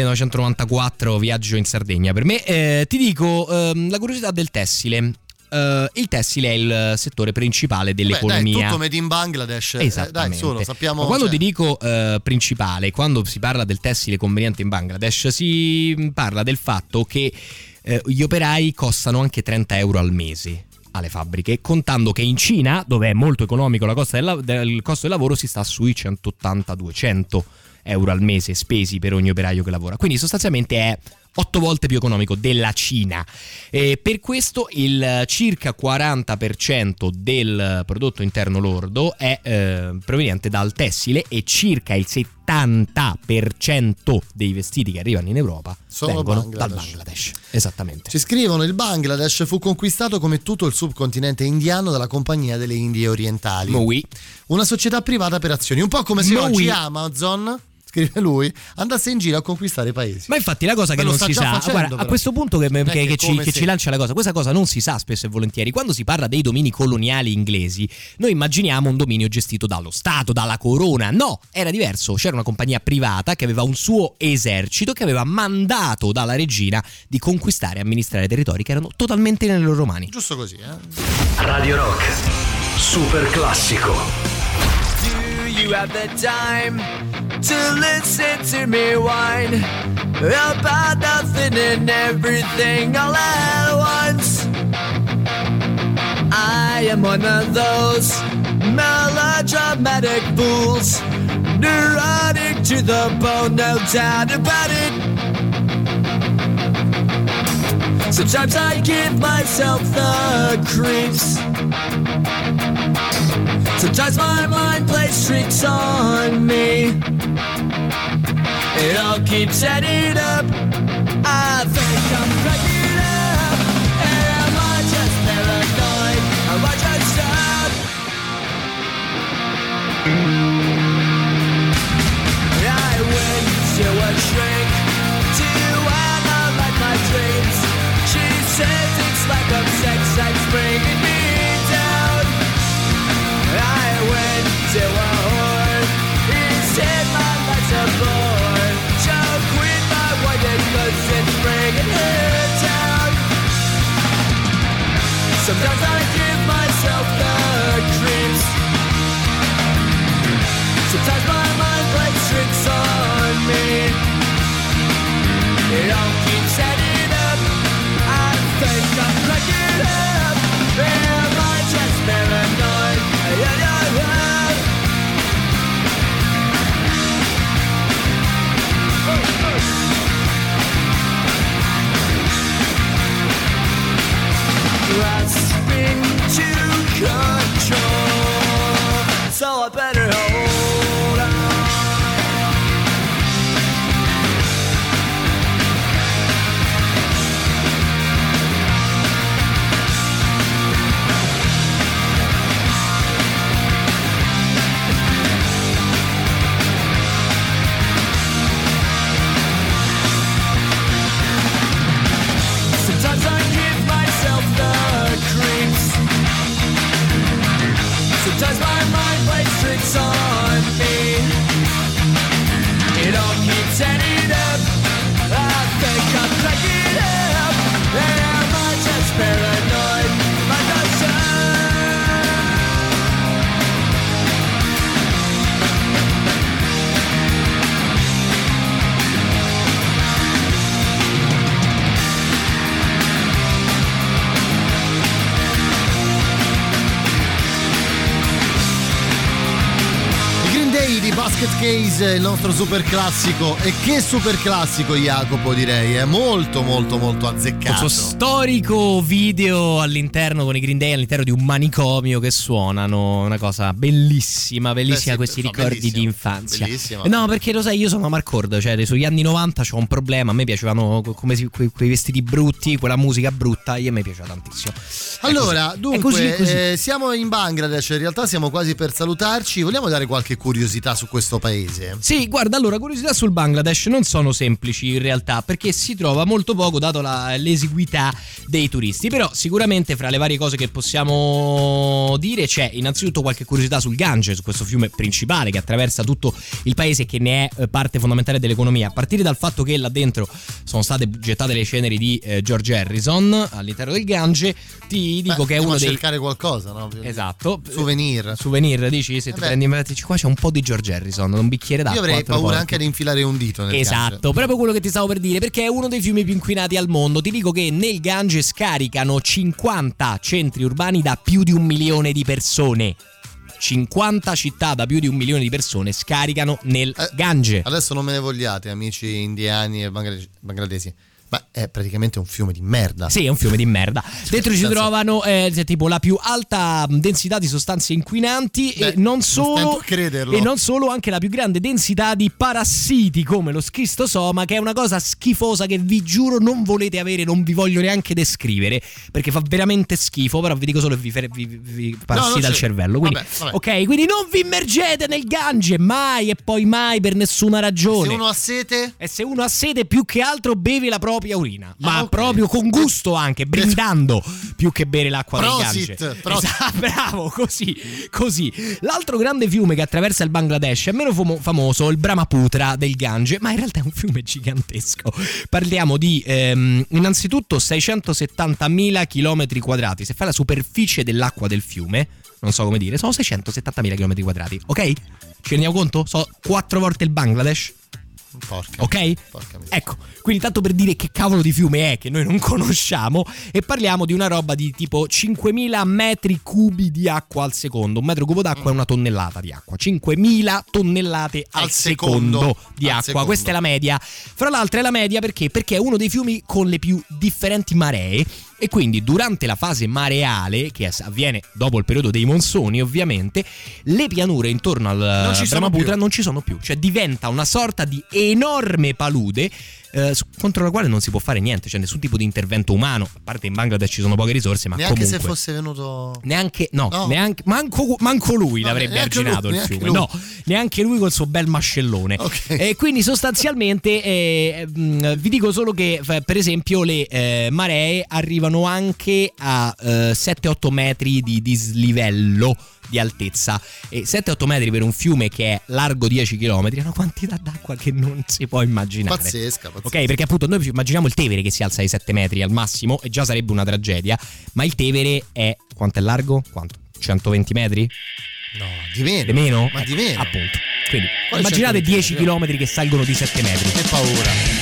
1994, viaggio in Sardegna per me. Ti dico la curiosità del tessile. Il tessile è il settore principale dell'economia. Dai, tutto made in Bangladesh. Esattamente. Dai, sappiamo. Ma quando ti dico principale, quando si parla del tessile conveniente in Bangladesh, si parla del fatto che gli operai costano anche 30 euro al mese alle fabbriche, contando che in Cina, dove è molto economico il costo del lavoro, si sta sui 180-200 euro al mese spesi per ogni operaio che lavora. Quindi sostanzialmente è 8 volte più economico della Cina. Per questo il circa 40% del prodotto interno lordo è proveniente dal tessile, e circa il 70% dei vestiti che arrivano in Europa vengono dal Bangladesh. Esattamente. Ci scrivono: il Bangladesh fu conquistato come tutto il subcontinente indiano dalla Compagnia delle Indie Orientali, una società privata per azioni, un po' come se oggi Amazon, scrive lui, andasse in giro a conquistare paesi. Ma infatti la cosa che non si sa, guarda, a questo punto che ci lancia la cosa, questa cosa non si sa spesso e volentieri. Quando si parla dei domini coloniali inglesi, noi immaginiamo un dominio gestito dallo Stato, dalla corona. No, era diverso. C'era una compagnia privata che aveva un suo esercito, che aveva mandato dalla regina di conquistare e amministrare territori che erano totalmente nelle loro mani. Giusto così, Radio Rock, super classico. You have the time to listen to me whine about nothing and everything all at once. I am one of those melodramatic fools, neurotic to the bone, no doubt about it. Sometimes I give myself the creeps. Sometimes my mind plays tricks on me. It all keeps adding up. I think I'm cracking up. Am I just paranoid? Am I just up? I went to a shrink to analyze my dreams. She says it's like a sex that's bringing me down. I went to a whore. He said my life's a bore. So Sometimes I give myself the creeps. Sometimes my mind plays tricks on me. It all keeps adding up. I think I'm cracking up. Am I just paranoid? Grasping to control, so I better hold on. Sometimes I give myself the creeps. Sometimes my mind plays tricks on me. It all keeps adding up. I think I'm cracking up. Am I just paranoid? My di Basket Case, il nostro super classico. E che super classico, Jacopo, direi è molto molto molto azzeccato. Il suo storico video all'interno con i Green Day all'interno di un manicomio che suonano, una cosa bellissima, bellissima. Sì, questi ricordi di infanzia. Bellissima. No, perché lo sai, io sono Marcord, cioè sugli anni 90 c'ho un problema, a me piacevano quei vestiti brutti, quella musica brutta, e a me piaceva tantissimo. Allora, dunque, così. Siamo in Bangladesh, in realtà siamo quasi per salutarci. Vogliamo dare qualche curiosità su questo paese? Sì, guarda, allora, curiosità sul Bangladesh non sono semplici in realtà, perché si trova molto poco dato l'esiguità dei turisti, però sicuramente fra le varie cose che possiamo dire c'è innanzitutto qualche curiosità sul Gange, su questo fiume principale che attraversa tutto il paese e che ne è parte fondamentale dell'economia, a partire dal fatto che là dentro sono state gettate le ceneri di George Harrison all'interno del Gange. Ti dico che è uno dei... cercare qualcosa, no? Esatto. Souvenir, dici? Se ti prendi qua c'è un po' di George Harrison, un bicchiere d'acqua. Io avrei paura anche di infilare un dito nel Gange. Esatto, proprio quello che ti stavo per dire, perché è uno dei fiumi più inquinati al mondo. Ti dico che nel Gange scaricano 50 centri urbani da più di 1 milione di persone. 50 città da più di 1 milione di persone scaricano nel Gange. Adesso non me ne vogliate, amici indiani e bangladesi. Ma è praticamente un fiume di merda. Sì, è un fiume di merda. Dentro ci trovano tipo la più alta densità di sostanze inquinanti. E non solo, a crederlo. E non solo, anche la più grande densità di parassiti come lo schistosoma, che è una cosa schifosa che vi giuro non volete avere, non vi voglio neanche descrivere, perché fa veramente schifo. Però vi dico solo che vi parassita il cervello. Quindi, vabbè. Ok, quindi non vi immergete nel Gange mai e poi mai, per nessuna ragione. Se uno ha sete? E se uno ha sede, più che altro beve la propria urina, ma proprio con gusto, anche brindando più che bere l'acqua del Gange. Esatto, bravo, così. L'altro grande fiume che attraversa il Bangladesh è meno famoso, il Brahmaputra del Gange, ma in realtà è un fiume gigantesco. Parliamo di innanzitutto 670.000 chilometri quadrati. Se fai la superficie dell'acqua del fiume, non so come dire, sono 670.000 chilometri quadrati, ok? Ci rendiamo conto? So 4 volte il Bangladesh. Porca. Ok? Ecco, quindi tanto per dire che cavolo di fiume è che noi non conosciamo, e parliamo di una roba di tipo 5.000 metri cubi di acqua al secondo. Un metro cubo d'acqua è una tonnellata di acqua. 5.000 tonnellate al secondo di acqua. Secondo. Questa è la media. Fra l'altro è la media perché è uno dei fiumi con le più differenti maree. E quindi durante la fase mareale, che avviene dopo il periodo dei monsoni ovviamente, le pianure intorno al Brahmaputra non ci sono più. Cioè diventa una sorta di enorme palude contro la quale non si può fare niente, cioè nessun tipo di intervento umano. A parte in Bangladesh ci sono poche risorse, ma neanche comunque, se fosse venuto neanche manco lui l'avrebbe arginato il fiume. No, neanche lui col suo bel mascellone. Okay. Quindi sostanzialmente vi dico solo che per esempio le maree arrivano anche a 7-8 metri di dislivello, di altezza. E 7-8 metri per un fiume che è largo 10 km è una quantità d'acqua che non si può immaginare. Pazzesca. Ok, perché appunto noi ci immaginiamo il Tevere che si alza ai 7 metri al massimo e già sarebbe una tragedia, ma il Tevere è, quanto è largo? Quanto? 120 metri? No, di meno. Di meno? Ma di meno. Appunto. Quindi quale immaginate 10 metri? km che salgono di 7 metri. Che paura.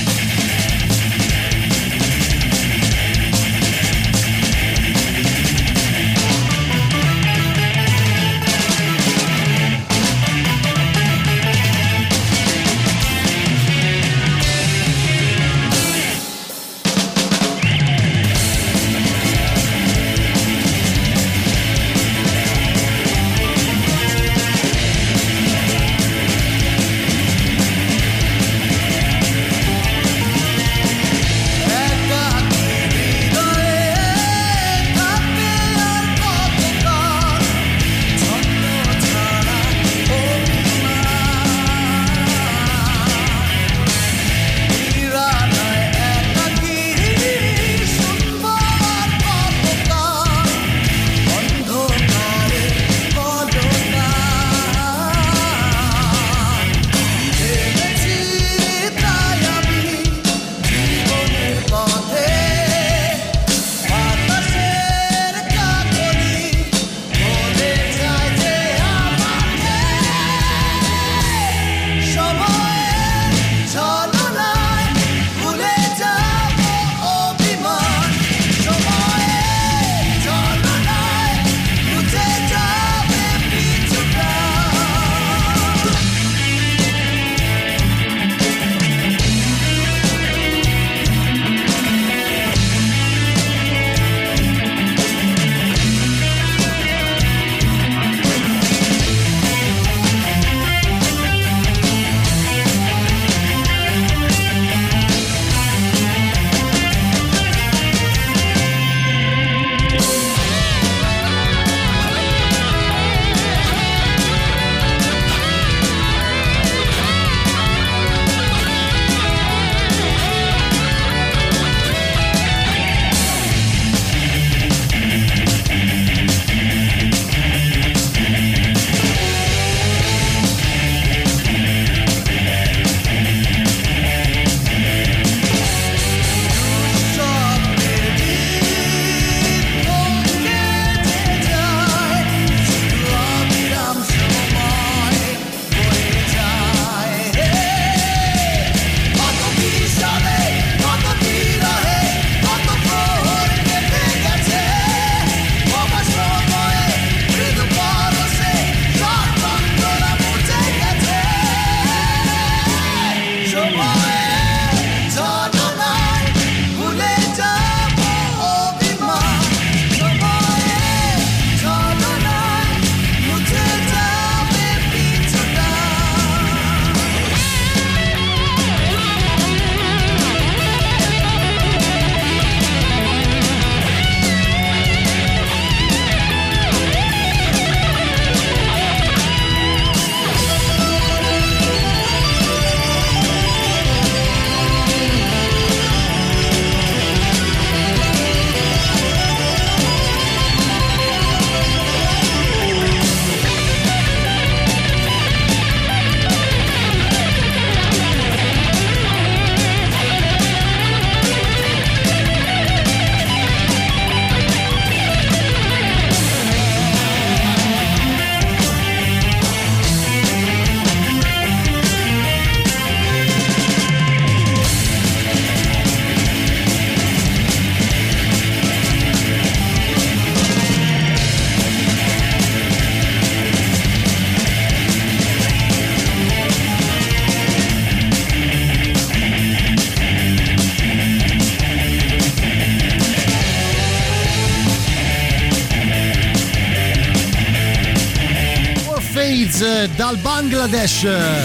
Dal Bangladesh,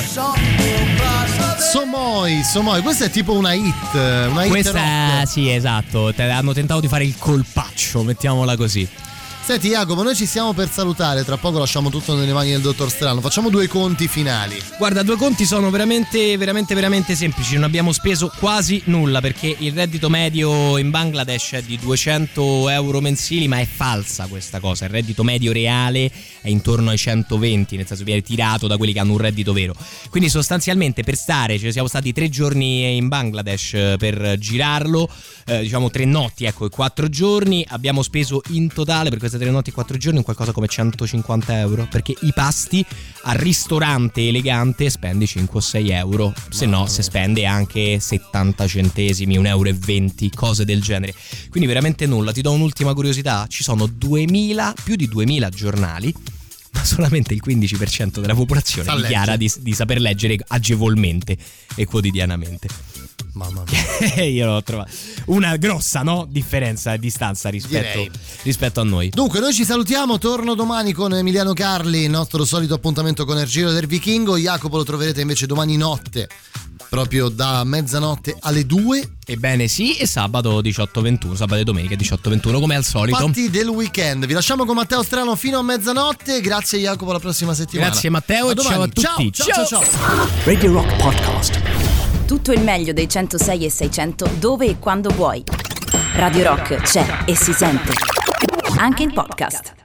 Somoi, questa è tipo una hit questa rock. Sì, esatto, hanno tentato di fare il colpaccio, mettiamola così. Senti Jacopo, noi ci stiamo per salutare, tra poco lasciamo tutto nelle mani del dottor Strano, facciamo 2 conti finali. Guarda, 2 conti sono veramente semplici, non abbiamo speso quasi nulla perché il reddito medio in Bangladesh è di 200 euro mensili, ma è falsa questa cosa, il reddito medio reale è intorno ai 120, nel senso viene tirato da quelli che hanno un reddito vero. Quindi sostanzialmente per stare, siamo stati 3 giorni in Bangladesh per girarlo, diciamo 3 notti ecco e 4 giorni, abbiamo speso in totale per queste 3 notti e 4 giorni un qualcosa come 150 euro, perché i pasti al ristorante elegante spendi 5 o 6 euro, se no si spende anche 70 centesimi, 1,20 euro, cose del genere, quindi veramente nulla. Ti do un'ultima curiosità, ci sono più di 2000 giornali, ma solamente il 15% della popolazione dichiara di saper leggere agevolmente e quotidianamente. Mamma mia. Io l'ho trovato una grossa differenza e distanza rispetto a noi. Dunque noi ci salutiamo, torno domani con Emiliano Carli, il nostro solito appuntamento con il Giro del Vichingo. Jacopo lo troverete invece domani notte, proprio da mezzanotte alle 2. Ebbene sì, e sabato 18:21, sabato e domenica 18:21 come al solito. Fatti del weekend. Vi lasciamo con Matteo Strano fino a mezzanotte. Grazie Jacopo, alla prossima settimana. Grazie Matteo e ciao a tutti. Ciao. Radio Rock Podcast. Tutto il meglio dei 106 e 600 dove e quando vuoi. Radio Rock c'è e si sente. Anche in podcast.